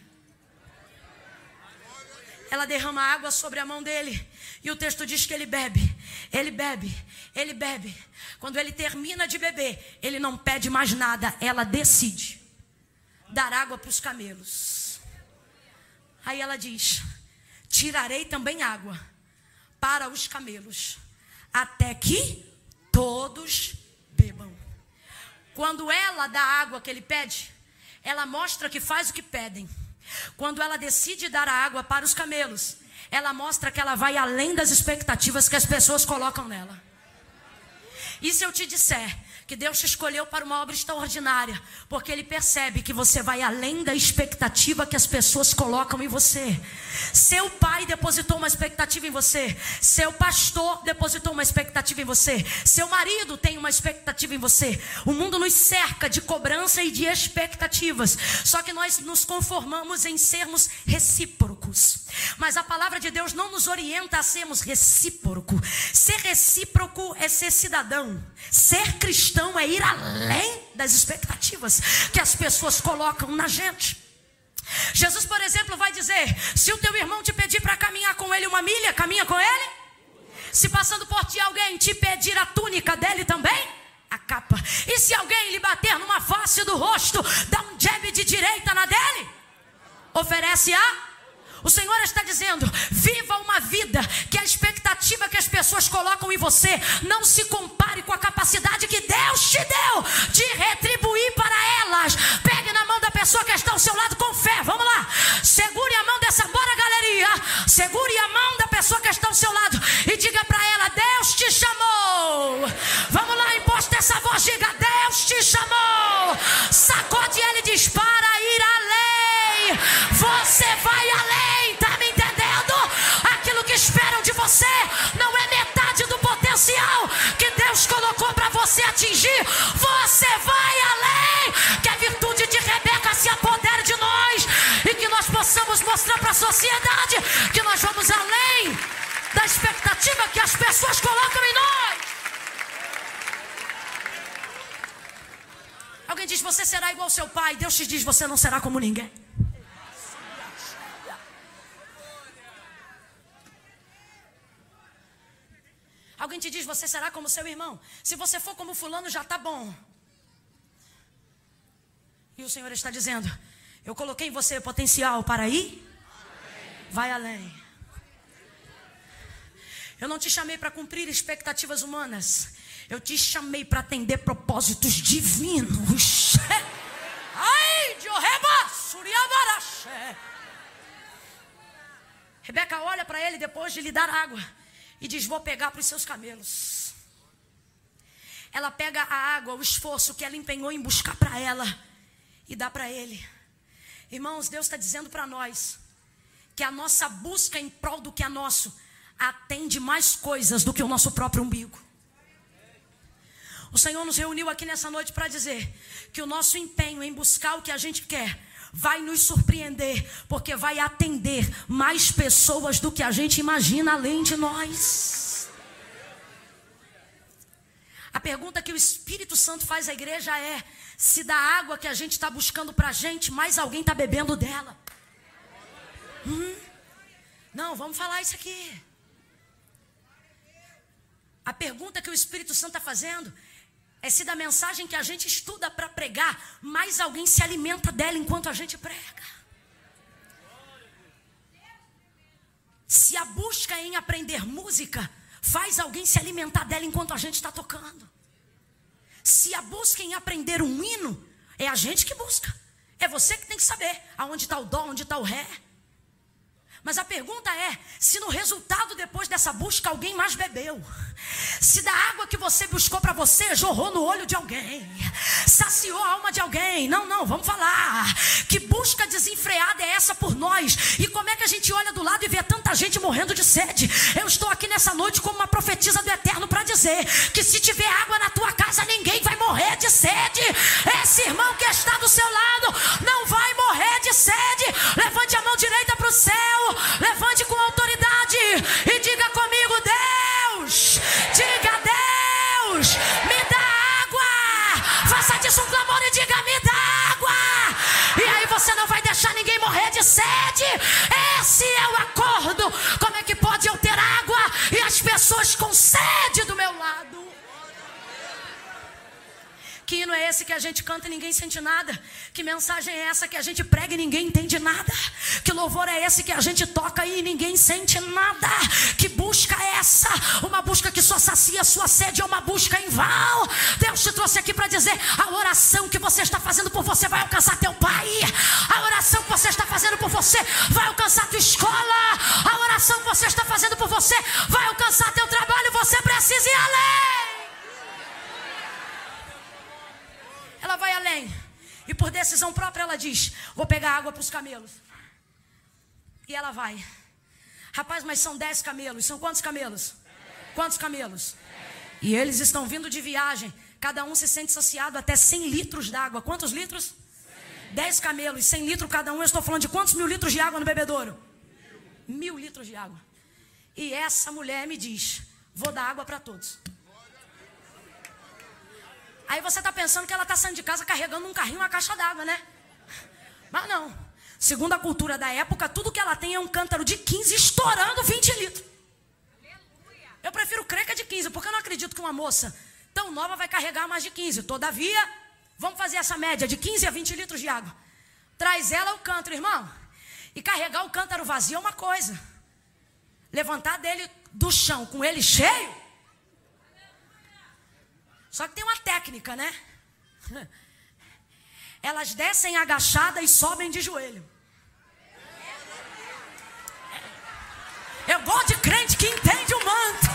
Ela derrama água sobre a mão dele. E o texto diz que ele bebe. Ele bebe. Ele bebe. Quando ele termina de beber, ele não pede mais nada. Ela decide dar água para os camelos. Aí ela diz: tirarei também água para os camelos, até que todos bebam. Quando ela dá a água que ele pede, ela mostra que faz o que pedem. Quando ela decide dar a água para os camelos, ela mostra que ela vai além das expectativas que as pessoas colocam nela. E se eu te disser que Deus te escolheu para uma obra extraordinária, porque Ele percebe que você vai além da expectativa que as pessoas colocam em você. Seu pai depositou uma expectativa em você. Seu pastor depositou uma expectativa em você. Seu marido tem uma expectativa em você. O mundo nos cerca de cobrança e de expectativas. Só que nós nos conformamos em sermos recíprocos. Mas a palavra de Deus não nos orienta a sermos recíprocos. Ser recíproco é ser cidadão. Ser cristão é ir além das expectativas que as pessoas colocam na gente. Jesus, por exemplo, vai dizer: se o teu irmão te pedir para caminhar com ele 1 milha, caminha com ele. Se passando por ti alguém te pedir a túnica dele também, a capa. E se alguém lhe bater numa face do rosto, dá um jab de direita na dele, oferece a... O Senhor está dizendo: viva uma vida que a expectativa que as pessoas colocam em você não se compare com a capacidade que Deus te deu de retribuir para elas. Pegue na mão da pessoa que está ao seu lado com fé. Vamos lá. Segure a mão dessa, bora galeria. Segure a mão da pessoa que está ao seu lado e diga para ela: Deus te chamou. Vamos lá, imposta essa voz, diga: Deus te chamou. Sacode ele e diz: para ir além. Você vai além. Tá me entendendo? Aquilo que esperam de você não é metade do potencial que Deus colocou para você atingir. Você vai além. Que a virtude de Rebeca se apodere de nós e que nós possamos mostrar para a sociedade que nós vamos além da expectativa que as pessoas colocam em nós. Alguém diz: você será igual ao seu pai. Deus te diz: você não será como ninguém. Alguém te diz: você será como seu irmão. Se você for como fulano, já está bom. E o Senhor está dizendo: eu coloquei em você potencial para ir. Vai além. Eu não te chamei para cumprir expectativas humanas. Eu te chamei para atender propósitos divinos. Ai, Rebeca olha para ele depois de lhe dar água e diz: vou pegar para os seus camelos. Ela pega a água, o esforço que ela empenhou em buscar para ela e dá para ele. Irmãos, Deus está dizendo para nós que a nossa busca em prol do que é nosso atende mais coisas do que o nosso próprio umbigo. O Senhor nos reuniu aqui nessa noite para dizer que o nosso empenho em buscar o que a gente quer vai nos surpreender, porque vai atender mais pessoas do que a gente imagina além de nós. A pergunta que o Espírito Santo faz à igreja é: se da água que a gente está buscando para a gente, mais alguém está bebendo dela? Não, vamos falar isso aqui. A pergunta que o Espírito Santo está fazendo é se da mensagem que a gente estuda para pregar, mais alguém se alimenta dela enquanto a gente prega. Se a busca em aprender música faz alguém se alimentar dela enquanto a gente está tocando. Se a busca em aprender um hino, é a gente que busca. É você que tem que saber aonde está o dó, onde está o ré. Mas a pergunta é, se no resultado depois dessa busca alguém mais bebeu. Se da água que você buscou para você jorrou no olho de alguém, saciou a alma de alguém. Não, vamos falar. Que busca desenfreada é essa por nós? E como é que a gente olha do lado e vê tanta gente morrendo de sede? Eu estou aqui nessa noite como uma profetisa do Eterno para dizer que se tiver água na tua casa, ninguém vai morrer de sede. Esse irmão que está do seu lado não vai morrer de sede. Levante a mão direita para o céu, levante com autoridade e diga comigo: Deus, diga: Deus, me dá água. Faça disso um clamor e diga: me dá água. E aí você não vai deixar ninguém morrer de sede. Esse é o acordo. Como é que pode eu ter água e as pessoas com sede do meu lado? Que hino é esse que a gente canta e ninguém sente nada? Que mensagem é essa que a gente prega e ninguém entende nada? Que louvor é esse que a gente toca e ninguém sente nada? Que busca é essa? Uma busca que só sacia a sua sede, é uma busca em vão. Deus te trouxe aqui para dizer: a oração que você está fazendo por você vai alcançar teu pai. A oração que você está fazendo por você vai alcançar tua escola. A oração que você está fazendo por você vai alcançar teu trabalho. Você precisa ir além. Ela vai além. E por decisão própria ela diz: vou pegar água para os camelos. E ela vai. Rapaz, mas são 10 camelos. São quantos camelos? 10. Quantos camelos? 10. E eles estão vindo de viagem. Cada um se sente saciado até 100 litros d'água. Quantos litros? 100. 10 camelos, 100 litros cada um. Eu estou falando de quantos mil litros de água no bebedouro? 1000 litros de água. E essa mulher me diz: vou dar água para todos. Aí você está pensando que ela está saindo de casa carregando um carrinho, uma caixa d'água, né? Mas não. Segundo a cultura da época, tudo que ela tem é um cântaro de 15 estourando 20 litros. Eu prefiro crer que é de 15, porque eu não acredito que uma moça tão nova vai carregar mais de 15. Todavia, vamos fazer essa média de 15 a 20 litros de água. Traz ela o cântaro, irmão. E carregar o cântaro vazio é uma coisa. Levantar dele do chão com ele cheio. Só que tem uma técnica, né? Elas descem agachadas e sobem de joelho. Eu gosto de crente que entende o manto.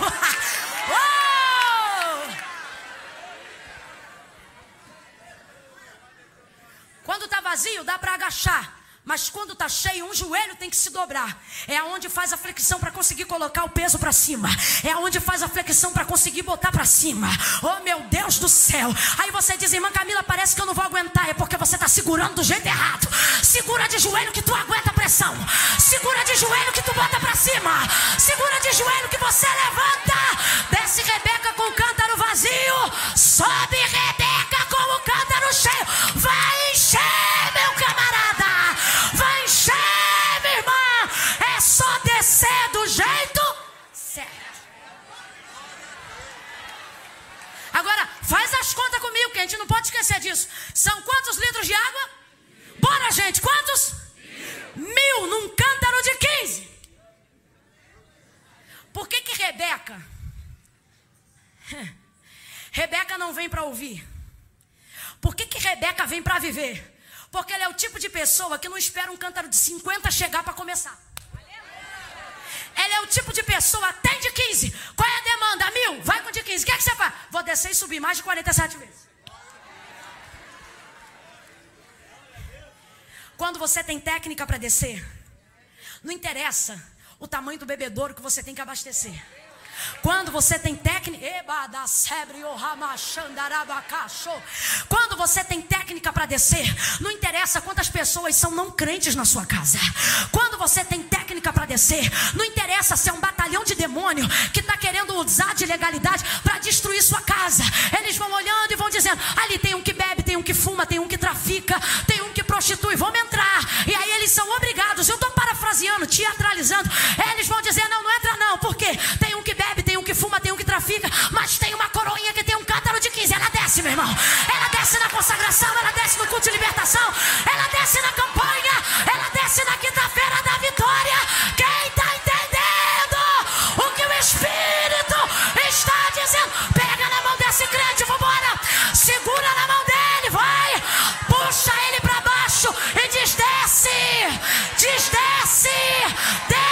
Quando está vazio, dá para agachar. Mas quando está cheio, um joelho tem que se dobrar. É aonde faz a flexão para conseguir colocar o peso para cima. É aonde faz a flexão para conseguir botar para cima. Oh, meu Deus do céu. Aí você diz: irmã Camila, parece que eu não vou aguentar. É porque você está segurando do jeito errado. Segura de joelho que tu aguenta a pressão. Segura de joelho que tu bota para cima. Segura de joelho que você levanta. Desce Rebeca com o cântaro vazio. Sobe Rebeca com o cântaro cheio. Vai encher, meu camarada. Vai encher, minha irmã. É só descer do jeito certo. Agora, faz as contas comigo, que a gente não pode esquecer disso. São quantos litros de água? Bora, gente, quantos? 1000 num cântaro de 15. Por que Rebeca não vem para ouvir? Por que Rebeca vem para viver? Porque ela é o tipo de pessoa que não espera um cântaro de 50 chegar para começar. Ela é o tipo de pessoa, tem de 15. Qual é a demanda? 1000? Vai com de 15. O que é que você faz? Vou descer e subir mais de 47 vezes. Quando você tem técnica para descer, não interessa o tamanho do bebedouro que você tem que abastecer. Quando você tem técnica, quando você tem técnica para descer, não interessa quantas pessoas são não crentes na sua casa. Quando você tem técnica para descer, não interessa se é um batalhão de demônio que está querendo usar de legalidade para destruir sua casa. Eles vão olhando e vão dizendo: ali tem um que bebe, tem um que fuma, tem um que trafica, tem um que prostitui, vamos entrar. E aí eles são obrigados, eu estou parafraseando, teatralizando, eles vão dizer: não, não entra não, porque tem um que bebe, tem um que fuma, tem um que trafica, mas tem uma coroinha que tem um cântaro de 15. Ela desce, meu irmão. Ela desce na consagração, ela desce no culto de libertação, ela desce na campanha, ela desce na quinta-feira da vitória. Quem está entendendo o que o Espírito está dizendo? Pega na mão desse crente, vambora. Segura na mão dele, vai. Puxa ele para baixo e diz: desce, desce, desce.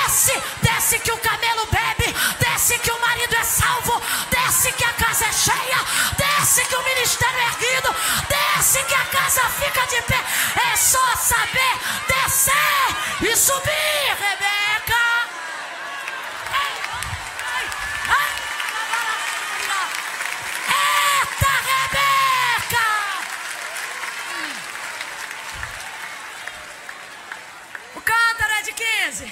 desce que o camelo bebe, desce que o marido é salvo, desce que a casa é cheia, desce que o ministério é erguido, desce que a casa fica de pé. É só saber descer e subir, Rebeca. Eita, Rebeca! O cântaro é de 15.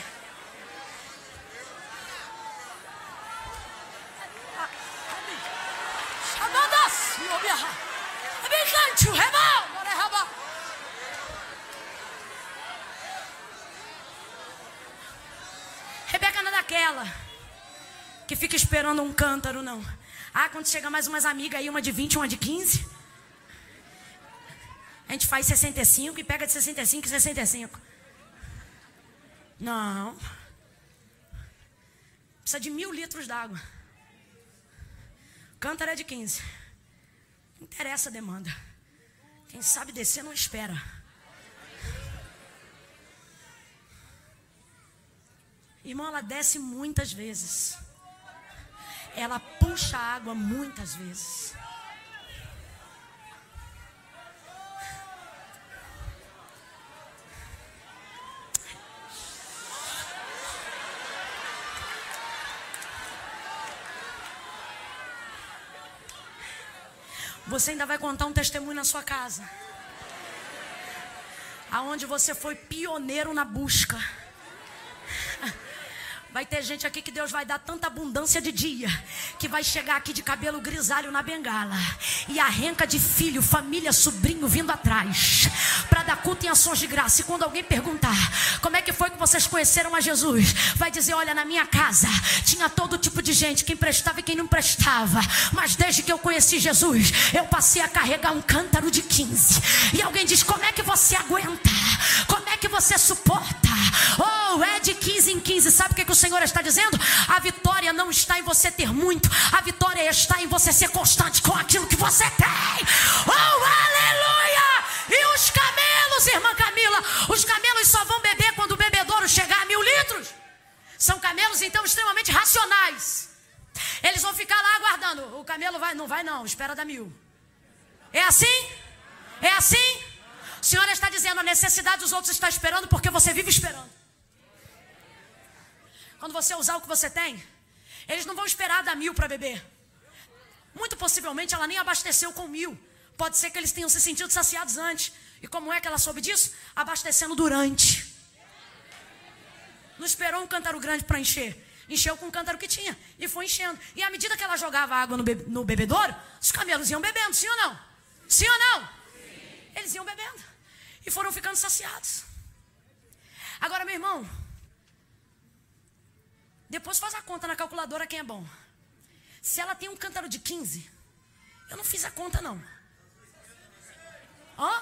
Rebeca não é daquela que fica esperando um cântaro, não. Ah, quando chega mais umas amigas aí, uma de 20, uma de 15, a gente faz 65 e pega de 65 e 65. Não. Precisa de 1000 litros d'água. Cântaro é de 15. Não interessa a demanda. Quem sabe descer não espera. Irmão, ela desce muitas vezes. Ela puxa a água muitas vezes. Você ainda vai contar um testemunho na sua casa, aonde você foi pioneiro na busca. Vai ter gente aqui que Deus vai dar tanta abundância de dia, que vai chegar aqui de cabelo grisalho na bengala, e arranca de filho, família, sobrinho vindo atrás, para dar culto em ações de graça. E quando alguém perguntar, como é que foi que vocês conheceram a Jesus? Vai dizer, olha, na minha casa tinha todo tipo de gente, quem prestava e quem não prestava, mas desde que eu conheci Jesus, eu passei a carregar um cântaro de 15. E alguém diz, como é que você aguenta? Como é que você suporta? Oh, é de 15 em 15. Sabe o que o Senhor está dizendo? A vitória não está em você ter muito, a vitória está em você ser constante com aquilo que você tem. Oh, aleluia! E os camelos, irmã Camila, os camelos só vão beber quando o bebedouro chegar a 1000 litros. São camelos então extremamente racionais. Eles vão ficar lá aguardando. O camelo não vai não, espera dar 1000. É assim? É assim? O Senhor está dizendo, a necessidade dos outros está esperando porque você vive esperando. Quando você usar o que você tem, eles não vão esperar dar 1000 para beber. Muito possivelmente ela nem abasteceu com 1000. Pode ser que eles tenham se sentido saciados antes. E como é que ela soube disso? Abastecendo durante. Não esperou um cântaro grande para encher. Encheu com o cântaro que tinha e foi enchendo. E à medida que ela jogava água no bebedouro, os camelos iam bebendo, sim ou não? Sim ou não? Sim. Eles iam bebendo e foram ficando saciados. Agora, meu irmão, depois faz a conta na calculadora quem é bom. Se ela tem um cântaro de 15, eu não fiz a conta não. Ó,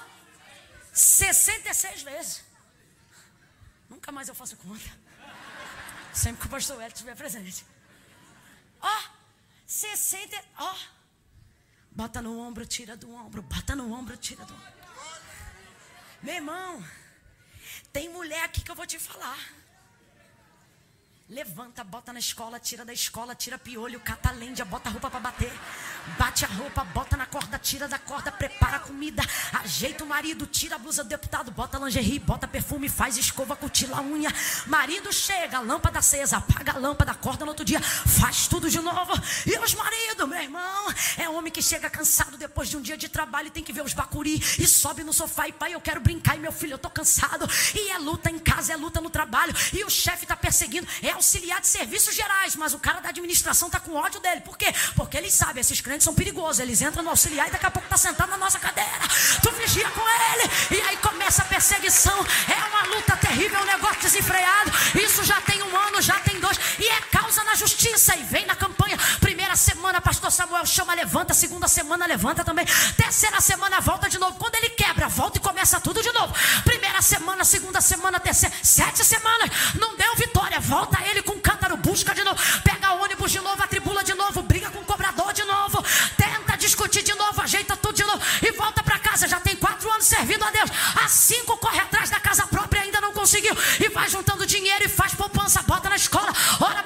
66 vezes. Nunca mais eu faço conta. Sempre que o pastor Hélio estiver presente. Ó, 60. Ó, bota no ombro, tira do ombro. Bota no ombro, tira do ombro. Meu irmão, tem mulher aqui que eu vou te falar. Levanta, bota na escola, tira da escola, tira piolho, cata a lêndia, bota a roupa para bater. Bate a roupa, bota na corda, tira da corda, prepara a comida, ajeita o marido, tira a blusa do deputado, bota lingerie, bota perfume, faz escova, cutila a unha. Marido chega, lâmpada acesa, apaga a lâmpada, acorda no outro dia, faz tudo de novo. E os maridos, meu irmão, é homem que chega cansado depois de um dia de trabalho e tem que ver os bacuri e sobe no sofá e pai, eu quero brincar e meu filho, eu tô cansado. E é luta em casa, é luta no trabalho e o chefe tá perseguindo, é auxiliar de serviços gerais, mas o cara da administração tá com ódio dele. Por quê? Porque eles sabem, esses crentes são perigosos, eles entram no auxiliar e daqui a pouco tá sentado na nossa cadeira, tu vigia com ele, e aí começa a perseguição, é uma luta terrível, um negócio desenfreado, isso já tem 1 ano, já tem 2, e é causa na justiça, e vem na campanha, primeira semana pastor Samuel chama, levanta, segunda semana levanta também, terceira semana volta de novo, quando ele quebra, volta e começa tudo de novo, primeira semana, segunda semana, terceira, 7 semanas, não deu vitória, volta ele com um cântaro, busca de novo, pega ônibus de novo, atribula de novo, briga com o cobrador de novo, tenta discutir de novo, ajeita tudo de novo e volta para casa. Já tem 4 anos servindo a Deus, há 5 corre atrás da casa própria e ainda não conseguiu, e vai juntando dinheiro e faz poupança, bota na escola, ora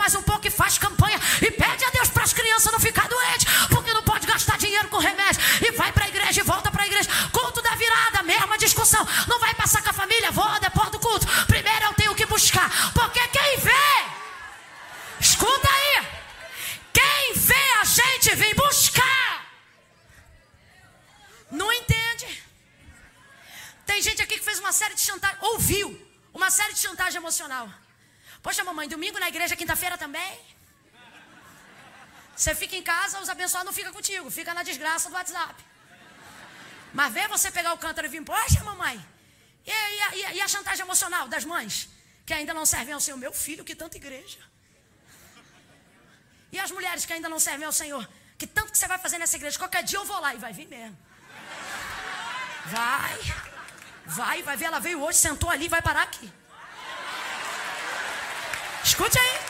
Escuta aí. Quem vê a gente vem buscar. Não entende. Tem gente aqui que fez uma série de chantagem, ouviu uma série de chantagem emocional. Poxa, mamãe, domingo na igreja, quinta-feira também? Você fica em casa, os abençoados não ficam contigo, fica na desgraça do WhatsApp. Mas vê você pegar o cântaro e vir, poxa, mamãe, e a chantagem emocional das mães, que ainda não servem ao Senhor? Meu filho, que tanta igreja. E as mulheres que ainda não servem ao Senhor, que tanto que você vai fazer nessa igreja, qualquer dia eu vou lá, e vai vir mesmo. Vai ver, ela veio hoje, sentou ali, vai parar aqui. Escute aí.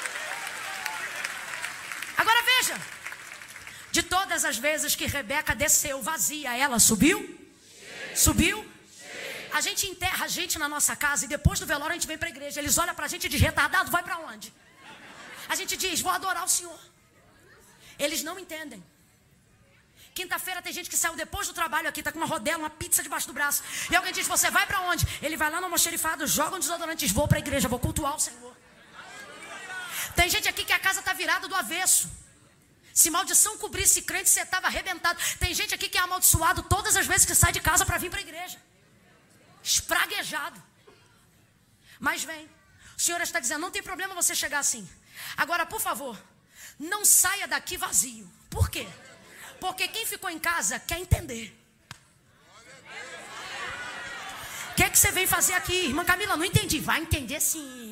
Agora veja. De todas as vezes que Rebeca desceu vazia, ela subiu? Sim. Subiu? Sim. A gente enterra a gente na nossa casa e depois do velório a gente vem para a igreja. Eles olham para a gente e dizem, retardado, vai para onde? A gente diz, vou adorar o Senhor. Eles não entendem. Quinta-feira tem gente que saiu depois do trabalho aqui, tá com uma rodela, uma pizza debaixo do braço. E alguém diz, você vai para onde? Ele vai lá no almoxerifado, joga um desodorante e diz, vou para a igreja, vou cultuar o Senhor. Tem gente aqui que a casa está virada do avesso. Se maldição cobrisse crente, você estava arrebentado. Tem gente aqui que é amaldiçoado todas as vezes que sai de casa para vir para a igreja. Espraguejado. Mas vem. O Senhor está dizendo, não tem problema você chegar assim. Agora, por favor, não saia daqui vazio. Por quê? Porque quem ficou em casa quer entender. O que é que você vem fazer aqui? Irmã Camila, não entendi. Vai entender sim.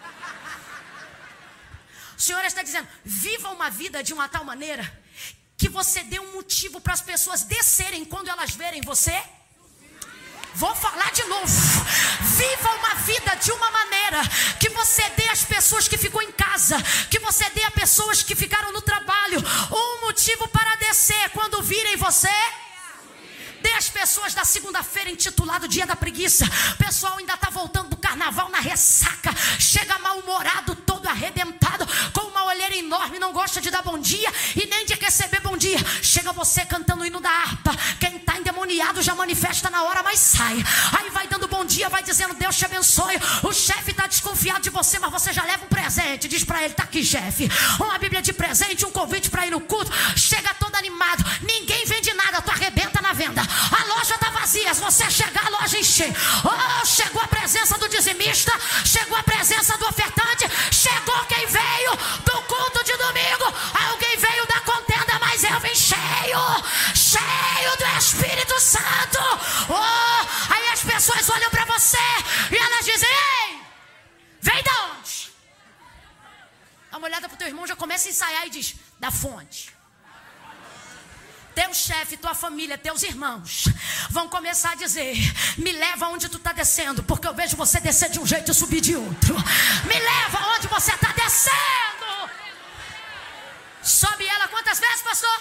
O Senhor está dizendo, viva uma vida de uma tal maneira que você dê um motivo para as pessoas descerem quando elas verem você. Vou falar de novo. Viva uma vida de uma maneira que você dê às pessoas que ficou em casa, que você dê a pessoas que ficaram no trabalho, um motivo para descer quando virem você. Dê às pessoas da segunda-feira intitulado Dia da Preguiça. O pessoal ainda está voltando do carnaval na ressaca. Chega mal-humorado, todo arrebentado, com uma olheira enorme, não gosta de dar bom dia e nem de receber bom dia. Chega você cantando o hino da harpa. Quem está endemoniado já manifesta na hora, mas sai. Aí vai dando bom dia, vai dizendo Deus te abençoe. O chefe está desconfiado de você, mas você já leva um presente. Diz para ele, está aqui, chefe. Uma Bíblia de presente, um convite para ir no culto. Chega todo animado. Ninguém vende nada, tu arrebenta na venda. A loja está vazia, se você chegar, a loja encher. Oh, chegou a presença do dizimista, chegou a presença do ofertante, chegou quem veio do culto de domingo. Alguém veio da contenda, mas eu vim cheio do Espírito Santo. Oh, aí as pessoas olham para você e elas dizem, ei, vem da onde? Dá uma olhada para o teu irmão, já começa a ensaiar e diz, da fonte. Teu chefe, tua família, teus irmãos vão começar a dizer, me leva onde tu está descendo, porque eu vejo você descer de um jeito e subir de outro. Me leva onde você está descendo. Sobe ela quantas vezes, pastor?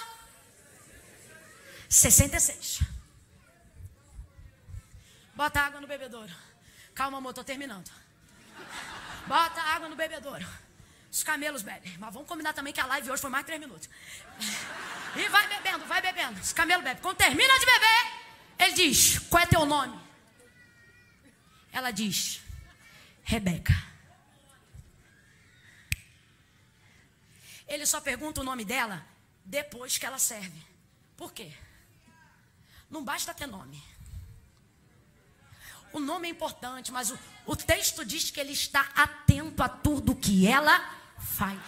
66. Bota água no bebedouro. Calma, amor, estou terminando. Bota água no bebedouro. Os camelos bebem. Mas vamos combinar também que a live hoje foi mais de 3 minutos. E vai bebendo. Os camelos bebem. Quando termina de beber, ele diz, qual é teu nome? Ela diz, Rebeca. Ele só pergunta o nome dela depois que ela serve. Por quê? Não basta ter nome. O nome é importante, mas o texto diz que ele está atento a tudo que ela faz.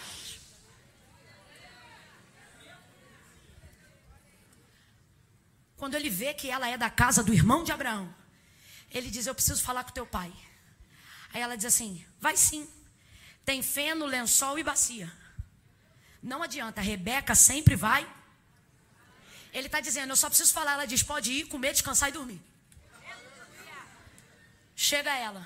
Quando ele vê que ela é da casa do irmão de Abraão, ele diz, eu preciso falar com teu pai. Aí ela diz assim, vai sim. Tem feno, lençol e bacia. Não adianta, a Rebeca sempre vai. Ele está dizendo, eu só preciso falar. Ela diz, pode ir, comer, descansar e dormir. Chega ela.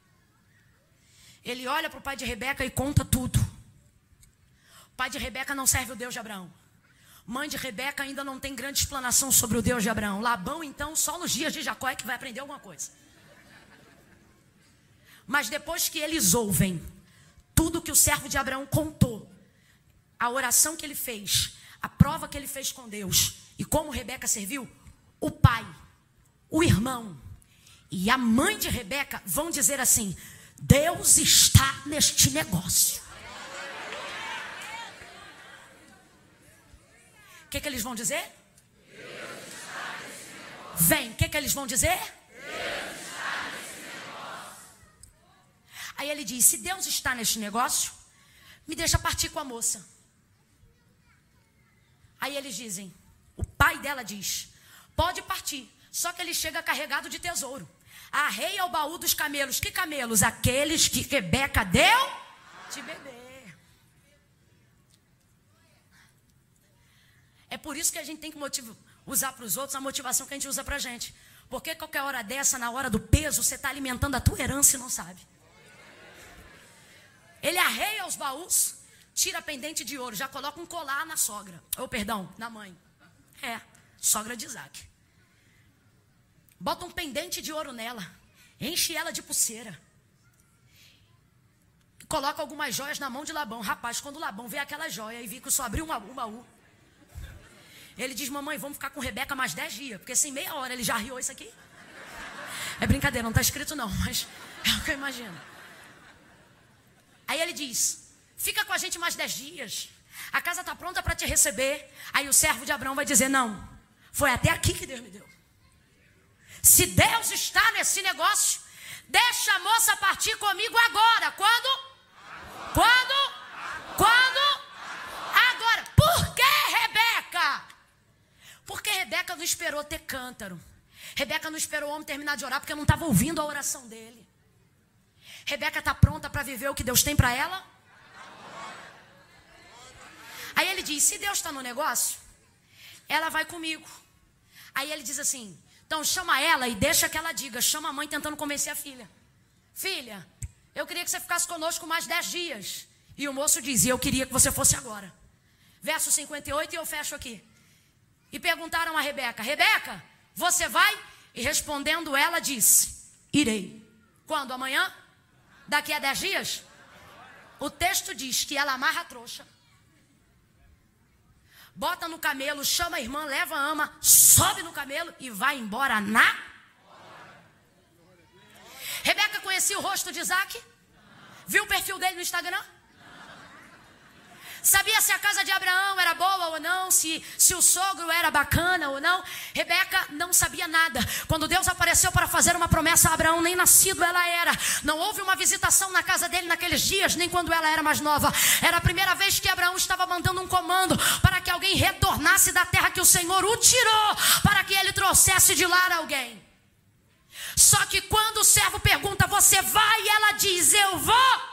Ele olha para o pai de Rebeca e conta tudo. O pai de Rebeca não serve o Deus de Abraão. Mãe de Rebeca ainda não tem grande explanação sobre o Deus de Abraão. Labão, então, só nos dias de Jacó é que vai aprender alguma coisa. Mas depois que eles ouvem tudo que o servo de Abraão contou, a oração que ele fez, a prova que ele fez com Deus e como Rebeca serviu, o pai, o irmão e a mãe de Rebeca vão dizer assim, Deus está neste negócio. que eles vão dizer? Vem, o que eles vão dizer? Aí ele diz, se Deus está neste negócio, me deixa partir com a moça. Aí eles dizem, o pai dela diz, pode partir, só que ele chega carregado de tesouro. Arreia o baú dos camelos. Que camelos? Aqueles que Rebeca deu de beber. É por isso que a gente tem que usar para os outros a motivação que a gente usa para a gente. Porque qualquer hora dessa, na hora do peso, você está alimentando a tua herança e não sabe. Ele arreia os baús, tira pendente de ouro, já coloca um colar na sogra. Ou perdão, na mãe. Sogra de Isaac. Bota um pendente de ouro nela. Enche ela de pulseira. Coloca algumas joias na mão de Labão. Rapaz, quando Labão vê aquela joia e viu que só abriu um baú, ele diz, mamãe, vamos ficar com Rebeca mais 10 dias. Porque sem meia hora ele já riou isso aqui. É brincadeira, não está escrito não, mas é o que eu imagino. Aí ele diz, fica com a gente mais 10 dias. A casa está pronta para te receber. Aí o servo de Abraão vai dizer, não, foi até aqui que Deus me deu. Se Deus está nesse negócio, deixa a moça partir comigo agora. Quando? Agora. Por que Rebeca? Porque Rebeca não esperou ter cântaro. Rebeca não esperou o homem terminar de orar porque não estava ouvindo a oração dele. Rebeca está pronta para viver o que Deus tem para ela? Aí ele diz, se Deus está no negócio, ela vai comigo. Aí ele diz assim, então chama ela e deixa que ela diga. Chama a mãe tentando convencer a filha. Filha, eu queria que você ficasse conosco mais 10 dias. E o moço diz, eu queria que você fosse agora. Verso 58 e eu fecho aqui. E perguntaram a Rebeca, Rebeca, você vai? E respondendo ela disse, irei. Quando? Amanhã? Daqui a 10 dias? O texto diz que ela amarra a trouxa. Bota no camelo, chama a irmã, leva a ama, sobe no camelo e vai embora na... Rebeca conhecia o rosto de Isaac? Viu o perfil dele no Instagram? Sabia se a casa de Abraão era boa ou não, se o sogro era bacana ou não. Rebeca não sabia nada. Quando Deus apareceu para fazer uma promessa a Abraão, nem nascido ela era. Não houve uma visitação na casa dele naqueles dias, nem quando ela era mais nova. Era a primeira vez que Abraão estava mandando um comando para que alguém retornasse da terra que o Senhor o tirou, para que ele trouxesse de lá alguém. Só que quando o servo pergunta, você vai? E ela diz, eu vou.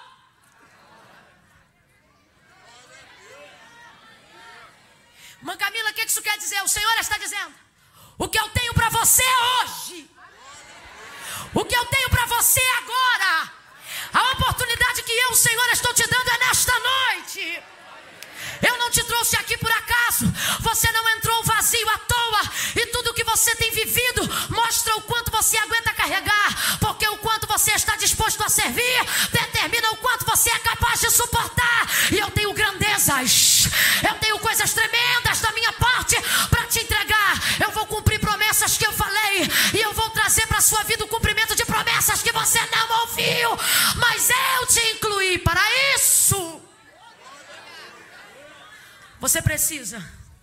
Mãe Camila, o que isso quer dizer? O Senhor está dizendo, o que eu tenho para você hoje, o que eu tenho para você agora, a oportunidade que eu, Senhor, estou te dando é nesta noite. Eu não te trouxe aqui por acaso. Você não entrou vazio à toa. E tudo que você tem vivido mostra o quanto você aguenta carregar. Porque o quanto você está disposto a servir determina o quanto você é capaz de suportar. E eu tenho grandezas, eu tenho coisas tremendas da minha parte para te entregar. Eu vou cumprir promessas que eu falei, e eu vou trazer para a sua vida o cumprimento de promessas que você não ouviu, mas eu te incluí para isso. Você precisa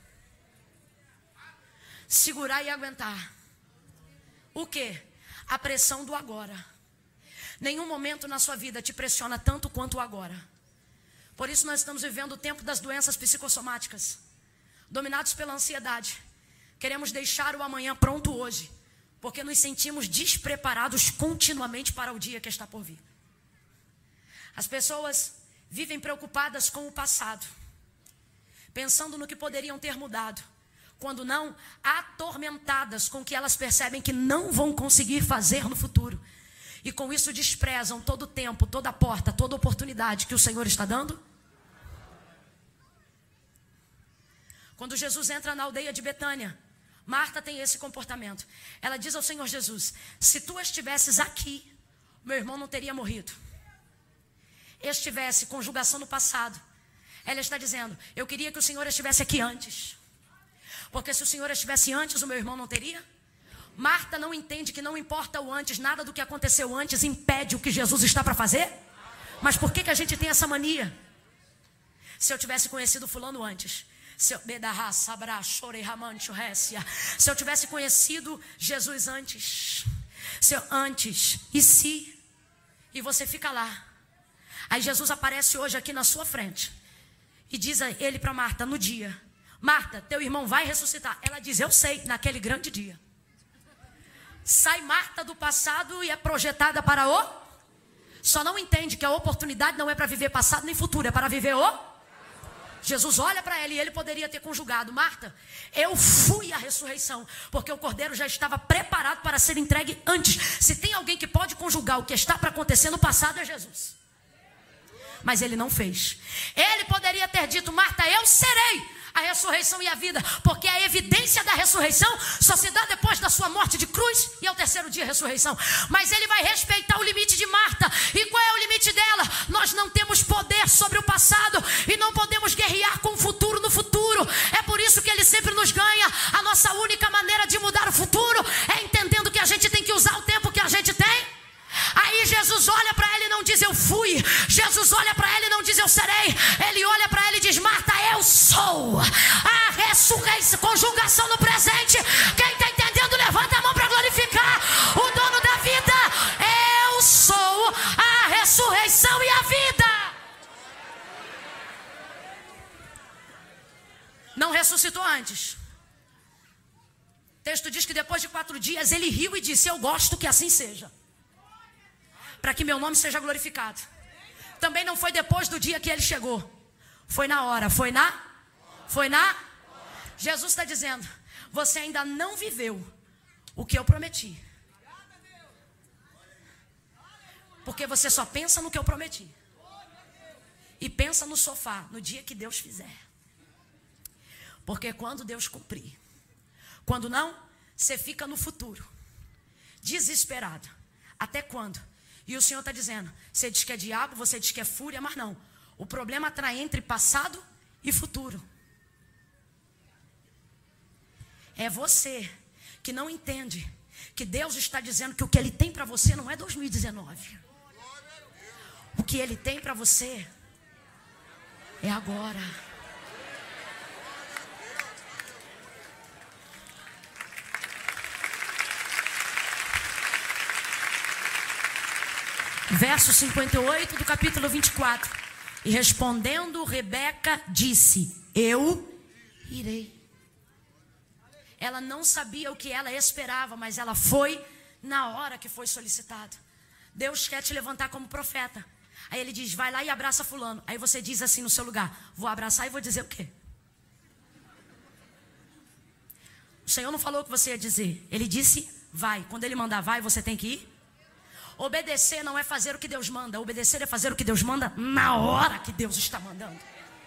segurar e aguentar. O quê? A pressão do agora. Nenhum momento na sua vida te pressiona tanto quanto o agora. Por isso nós estamos vivendo o tempo das doenças psicossomáticas, dominados pela ansiedade. Queremos deixar o amanhã pronto hoje, porque nos sentimos despreparados continuamente para o dia que está por vir. As pessoas vivem preocupadas com o passado, pensando no que poderiam ter mudado, quando não, atormentadas com o que elas percebem que não vão conseguir fazer no futuro. E com isso desprezam todo o tempo, toda a porta, toda a oportunidade que o Senhor está dando. Quando Jesus entra na aldeia de Betânia, Marta tem esse comportamento. Ela diz ao Senhor Jesus, se tu estivesses aqui, meu irmão não teria morrido. Estivesse, conjugação no passado. Ela está dizendo, eu queria que o Senhor estivesse aqui antes. Porque se o Senhor estivesse antes, o meu irmão não teria. Marta não entende que não importa o antes, nada do que aconteceu antes impede o que Jesus está para fazer. Mas por que a gente tem essa mania? Se eu tivesse conhecido fulano antes, Se eu tivesse conhecido Jesus antes, e você fica lá. Aí Jesus aparece hoje aqui na sua frente e diz a ele para Marta no dia: Marta, teu irmão vai ressuscitar. Ela diz: eu sei, naquele grande dia. Sai Marta do passado e é projetada para o... Só não entende que a oportunidade não é para viver passado nem futuro, é para viver o... Jesus olha para ela e ele poderia ter conjugado: Marta, eu fui a ressurreição, porque o cordeiro já estava preparado para ser entregue antes. Se tem alguém que pode conjugar o que está para acontecer no passado, é Jesus. Mas ele não fez. Ele poderia ter dito: Marta, eu serei a ressurreição e a vida, porque a evidência da ressurreição só se dá depois da sua morte de cruz e ao terceiro dia a ressurreição. Mas ele vai respeitar o limite de Marta. E qual é o limite dela? Nós não temos poder sobre o passado e não podemos guerrear com o futuro no futuro. É por isso que ele sempre nos ganha. A nossa única maneira de mudar o futuro é entendendo que a gente tem que usar o tempo que a gente tem. Aí Jesus olha para ela e não diz: eu fui. Jesus olha para ela e não diz: eu serei. Ele olha para ela e diz: Marta, eu sou a ressurreição. Conjugação no presente. Quem está entendendo, levanta a mão para glorificar o dono da vida. Eu sou a ressurreição e a vida. Não ressuscitou antes. O texto diz que depois de 4 dias ele riu e disse: eu gosto que assim seja, para que meu nome seja glorificado. Também não foi depois do dia que ele chegou. Foi na hora. Jesus está dizendo: você ainda não viveu o que eu prometi. Porque você só pensa no que eu prometi. E pensa no sofá, no dia que Deus fizer. Porque quando Deus cumprir. Quando não, você fica no futuro. Desesperado. Até quando? E o Senhor está dizendo: você diz que é diabo, você diz que é fúria, mas não. O problema está entre passado e futuro. É você que não entende que Deus está dizendo que o que Ele tem para você não é 2019. O que Ele tem para você é agora. Verso 58 do capítulo 24. E respondendo Rebeca disse: eu irei. Ela não sabia o que ela esperava, mas ela foi na hora que foi solicitado. Deus quer te levantar como profeta. Aí ele diz: vai lá e abraça fulano. Aí você diz assim no seu lugar: vou abraçar e vou dizer o quê? O Senhor não falou o que você ia dizer. Ele disse: vai. Quando Ele mandar vai, você tem que ir. Obedecer não é fazer o que Deus manda. Obedecer é fazer o que Deus manda na hora que Deus está mandando.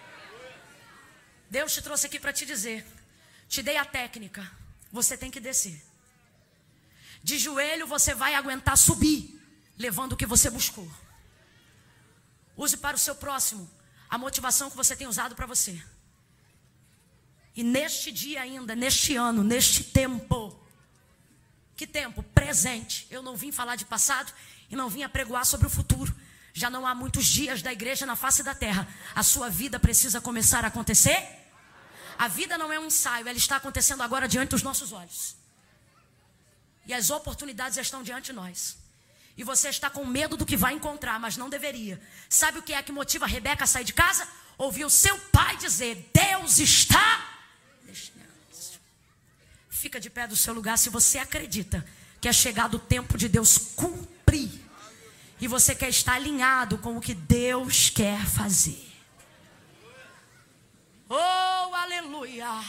Deus te trouxe aqui para te dizer: te dei a técnica, você tem que descer. De joelho você vai aguentar subir, levando o que você buscou. Use para o seu próximo a motivação que você tem usado para você. E neste dia ainda, neste ano, neste tempo. Que tempo? Presente. Eu não vim falar de passado e não vim apregoar sobre o futuro. Já não há muitos dias da igreja na face da terra. A sua vida precisa começar a acontecer. A vida não é um ensaio, ela está acontecendo agora diante dos nossos olhos. E as oportunidades estão diante de nós. E você está com medo do que vai encontrar, mas não deveria. Sabe o que é que motiva a Rebeca a sair de casa? Ouvir o seu pai dizer: Deus está... Fica de pé do seu lugar se você acredita que é chegado o tempo de Deus cumprir. E você quer estar alinhado com o que Deus quer fazer. Oh, aleluia.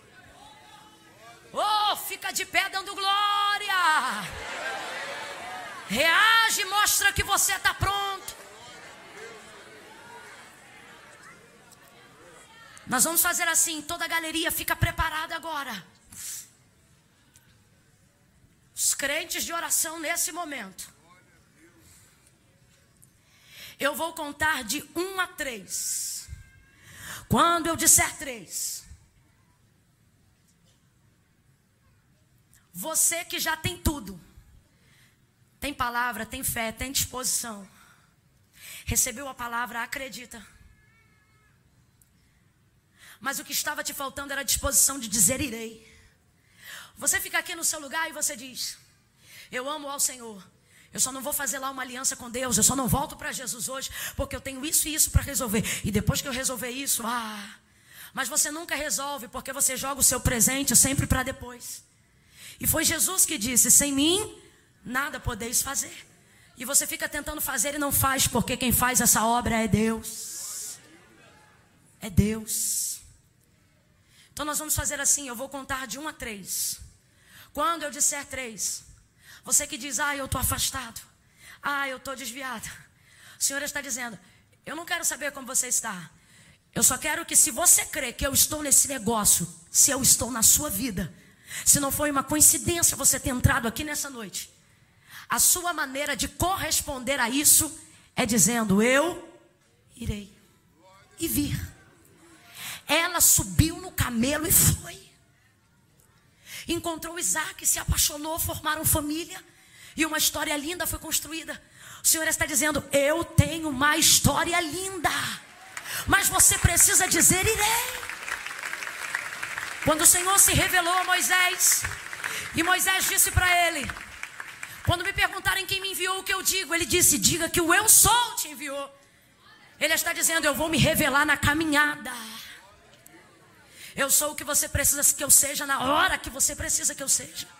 Oh, fica de pé dando glória. Reage, mostra que você está pronto. Nós vamos fazer assim, toda a galeria fica preparada agora. Os crentes de oração nesse momento. Eu vou contar de 1 a 3. Quando eu disser 3, você que já tem tudo, tem palavra, tem fé, tem disposição, recebeu a palavra, acredita. Mas o que estava te faltando era a disposição de dizer irei. Você fica aqui no seu lugar e você diz: eu amo ao Senhor, eu só não vou fazer lá uma aliança com Deus, eu só não volto para Jesus hoje, porque eu tenho isso e isso para resolver. E depois que eu resolver isso, mas você nunca resolve, porque você joga o seu presente sempre para depois. E foi Jesus que disse: sem mim, nada podeis fazer. E você fica tentando fazer e não faz, porque quem faz essa obra é Deus. É Deus. Então nós vamos fazer assim, eu vou contar de 1 a 3. Quando eu disser 3, você que diz: eu estou afastado, eu estou desviado, o Senhor está dizendo: eu não quero saber como você está. Eu só quero que, se você crê que eu estou nesse negócio, se eu estou na sua vida, se não foi uma coincidência você ter entrado aqui nessa noite, a sua maneira de corresponder a isso é dizendo: eu irei e vir. Ela subiu no camelo e foi. Encontrou Isaac, se apaixonou, formaram família e uma história linda foi construída. O Senhor está dizendo: eu tenho uma história linda, mas você precisa dizer irei. Quando o Senhor se revelou a Moisés, e Moisés disse para ele: quando me perguntarem quem me enviou, o que eu digo? Ele disse: diga que o eu sou te enviou. Ele está dizendo: eu vou me revelar na caminhada. Eu sou o que você precisa que eu seja na hora que você precisa que eu seja.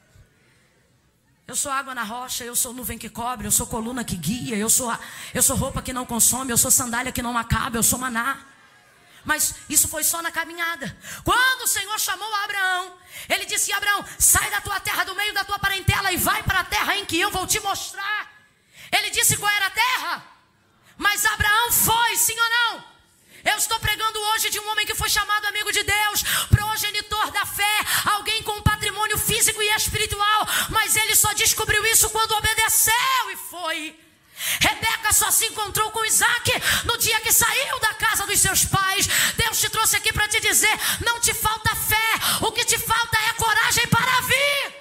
Eu sou água na rocha, eu sou nuvem que cobre, eu sou coluna que guia, eu sou roupa que não consome, eu sou sandália que não acaba, eu sou maná. Mas isso foi só na caminhada. Quando o Senhor chamou Abraão, ele disse: Abraão, sai da tua terra, do meio da tua parentela, e vai para a terra em que eu vou te mostrar. Ele disse qual era a terra, mas Abraão foi, sim ou não? Eu estou pregando hoje de um homem que foi chamado amigo de Deus, progenitor da fé, alguém com um patrimônio físico e espiritual, mas ele só descobriu isso quando obedeceu e foi. Rebeca só se encontrou com Isaac no dia que saiu da casa dos seus pais. Deus te trouxe aqui para te dizer: não te falta fé, o que te falta é coragem para vir.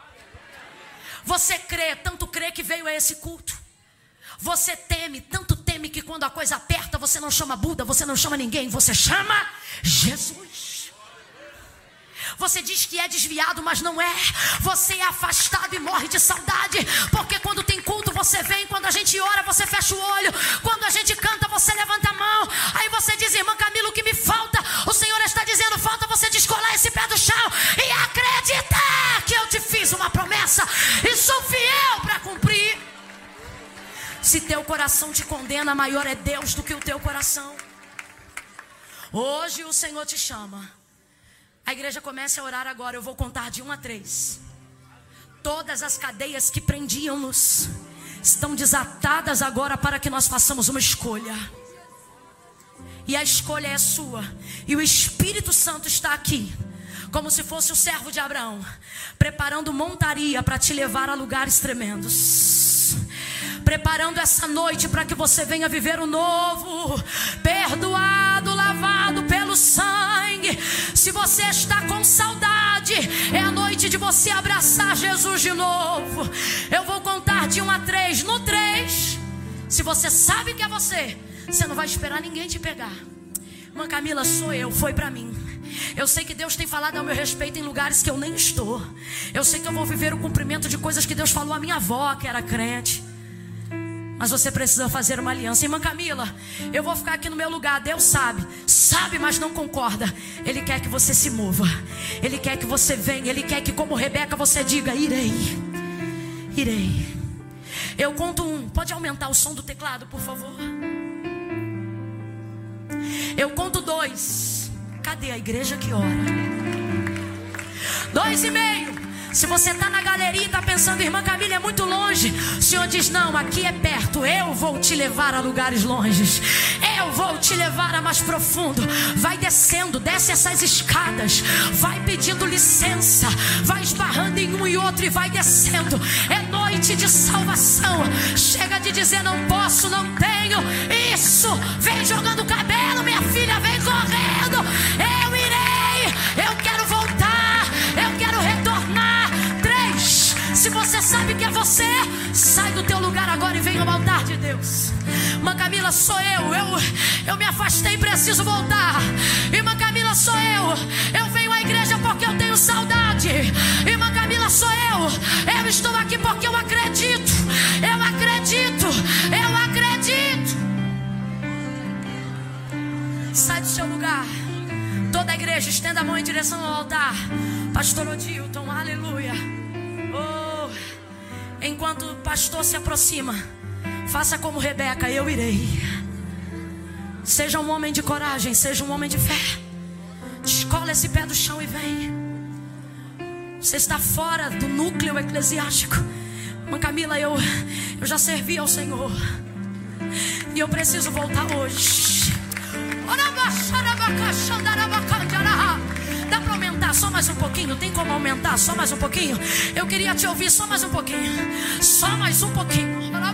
Você crê, tanto crê que veio a esse culto. Você teme, tanto teme que quando a coisa aperta, você não chama Buda, você não chama ninguém, você chama Jesus. Você diz que é desviado, mas não é. Você é afastado e morre de saudade, porque quando tem culto você vem, quando a gente ora você fecha o olho, quando a gente canta você levanta a mão. Aí você diz: irmã Camila, o que me falta? O Senhor está dizendo: falta você descolar esse pé do chão e acreditar que eu te fiz uma promessa e sou fiel para cumprir. Se teu coração te condena, maior é Deus do que o teu coração. Hoje o Senhor te chama. A igreja começa a orar agora. Eu vou contar de 1 a 3. Todas as cadeias que prendiam-nos estão desatadas agora para que nós façamos uma escolha. E a escolha é sua. E o Espírito Santo está aqui, como se fosse o servo de Abraão, preparando montaria para te levar a lugares tremendos, preparando essa noite para que você venha viver o novo, perdoado, lavado pelo sangue. Se você está com saudade, é a noite de você abraçar Jesus de novo. Eu vou contar de 1 a 3. No 3, se você sabe que é você não vai esperar ninguém te pegar. Irmã Camila, sou eu, foi para mim. Eu sei que Deus tem falado ao meu respeito em lugares que eu nem estou. Eu sei que eu vou viver o cumprimento de coisas que Deus falou à minha avó, que era crente. Mas você precisa fazer uma aliança. Irmã Camila, eu vou ficar aqui no meu lugar. Deus sabe, mas não concorda. Ele quer que você se mova. Ele quer que você venha. Ele quer que, como Rebeca, você diga: irei. Irei. Eu conto 1. Pode aumentar o som do teclado, por favor? Eu conto 2. Cadê a igreja que ora? 2,5. Se você está na galeria e está pensando: irmã Camila, é muito longe, o Senhor diz: não, aqui é perto. Eu vou te levar a lugares longes. Eu vou te levar a mais profundo. Vai descendo, desce essas escadas, vai pedindo licença, vai esbarrando em um e outro e vai descendo. É noite de salvação. Chega de dizer: não posso, não tenho. Isso, vem jogando cabelo, minha filha, vem correndo. Eu irei, eu quero voltar, eu quero retornar. Se você sabe que é você, sai do teu lugar agora e vem ao altar de Deus. Irmã Camila, sou eu me afastei e preciso voltar. Irmã Camila, saudade. Irmã Camila, sou eu. Eu estou aqui porque eu acredito. Eu acredito. Eu acredito. Sai do seu lugar. Toda a igreja estenda a mão em direção ao altar. Pastor Odilton, aleluia. Oh, enquanto o pastor se aproxima, faça como Rebeca, eu irei. Seja um homem de coragem, seja um homem de fé. Descola esse pé do chão e vem. Você está fora do núcleo eclesiástico. Irmã Camila, eu já servi ao Senhor e eu preciso voltar hoje. Dá para aumentar só mais um pouquinho? Tem como aumentar só mais um pouquinho? Eu queria te ouvir só mais um pouquinho. Só mais um pouquinho.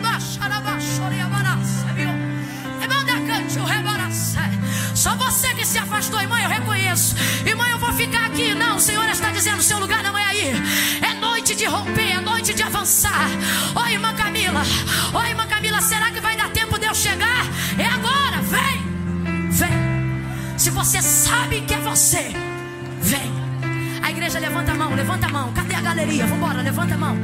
Só você que se afastou, irmã, eu reconheço. Irmã, eu vou ficar aqui. Não, o Senhor está dizendo, seu lugar não é aí. É noite de romper, é noite de avançar. Oi, irmã Camila. Oi, irmã Camila, será que vai dar tempo de eu chegar? É agora, vem. Vem. Se você sabe que é você, vem. A igreja levanta a mão, levanta a mão. Cadê a galeria? Vambora, levanta a mão.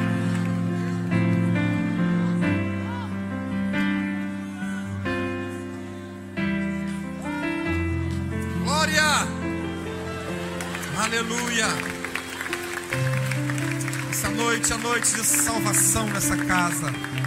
Aleluia. Essa noite é a noite de salvação nessa casa.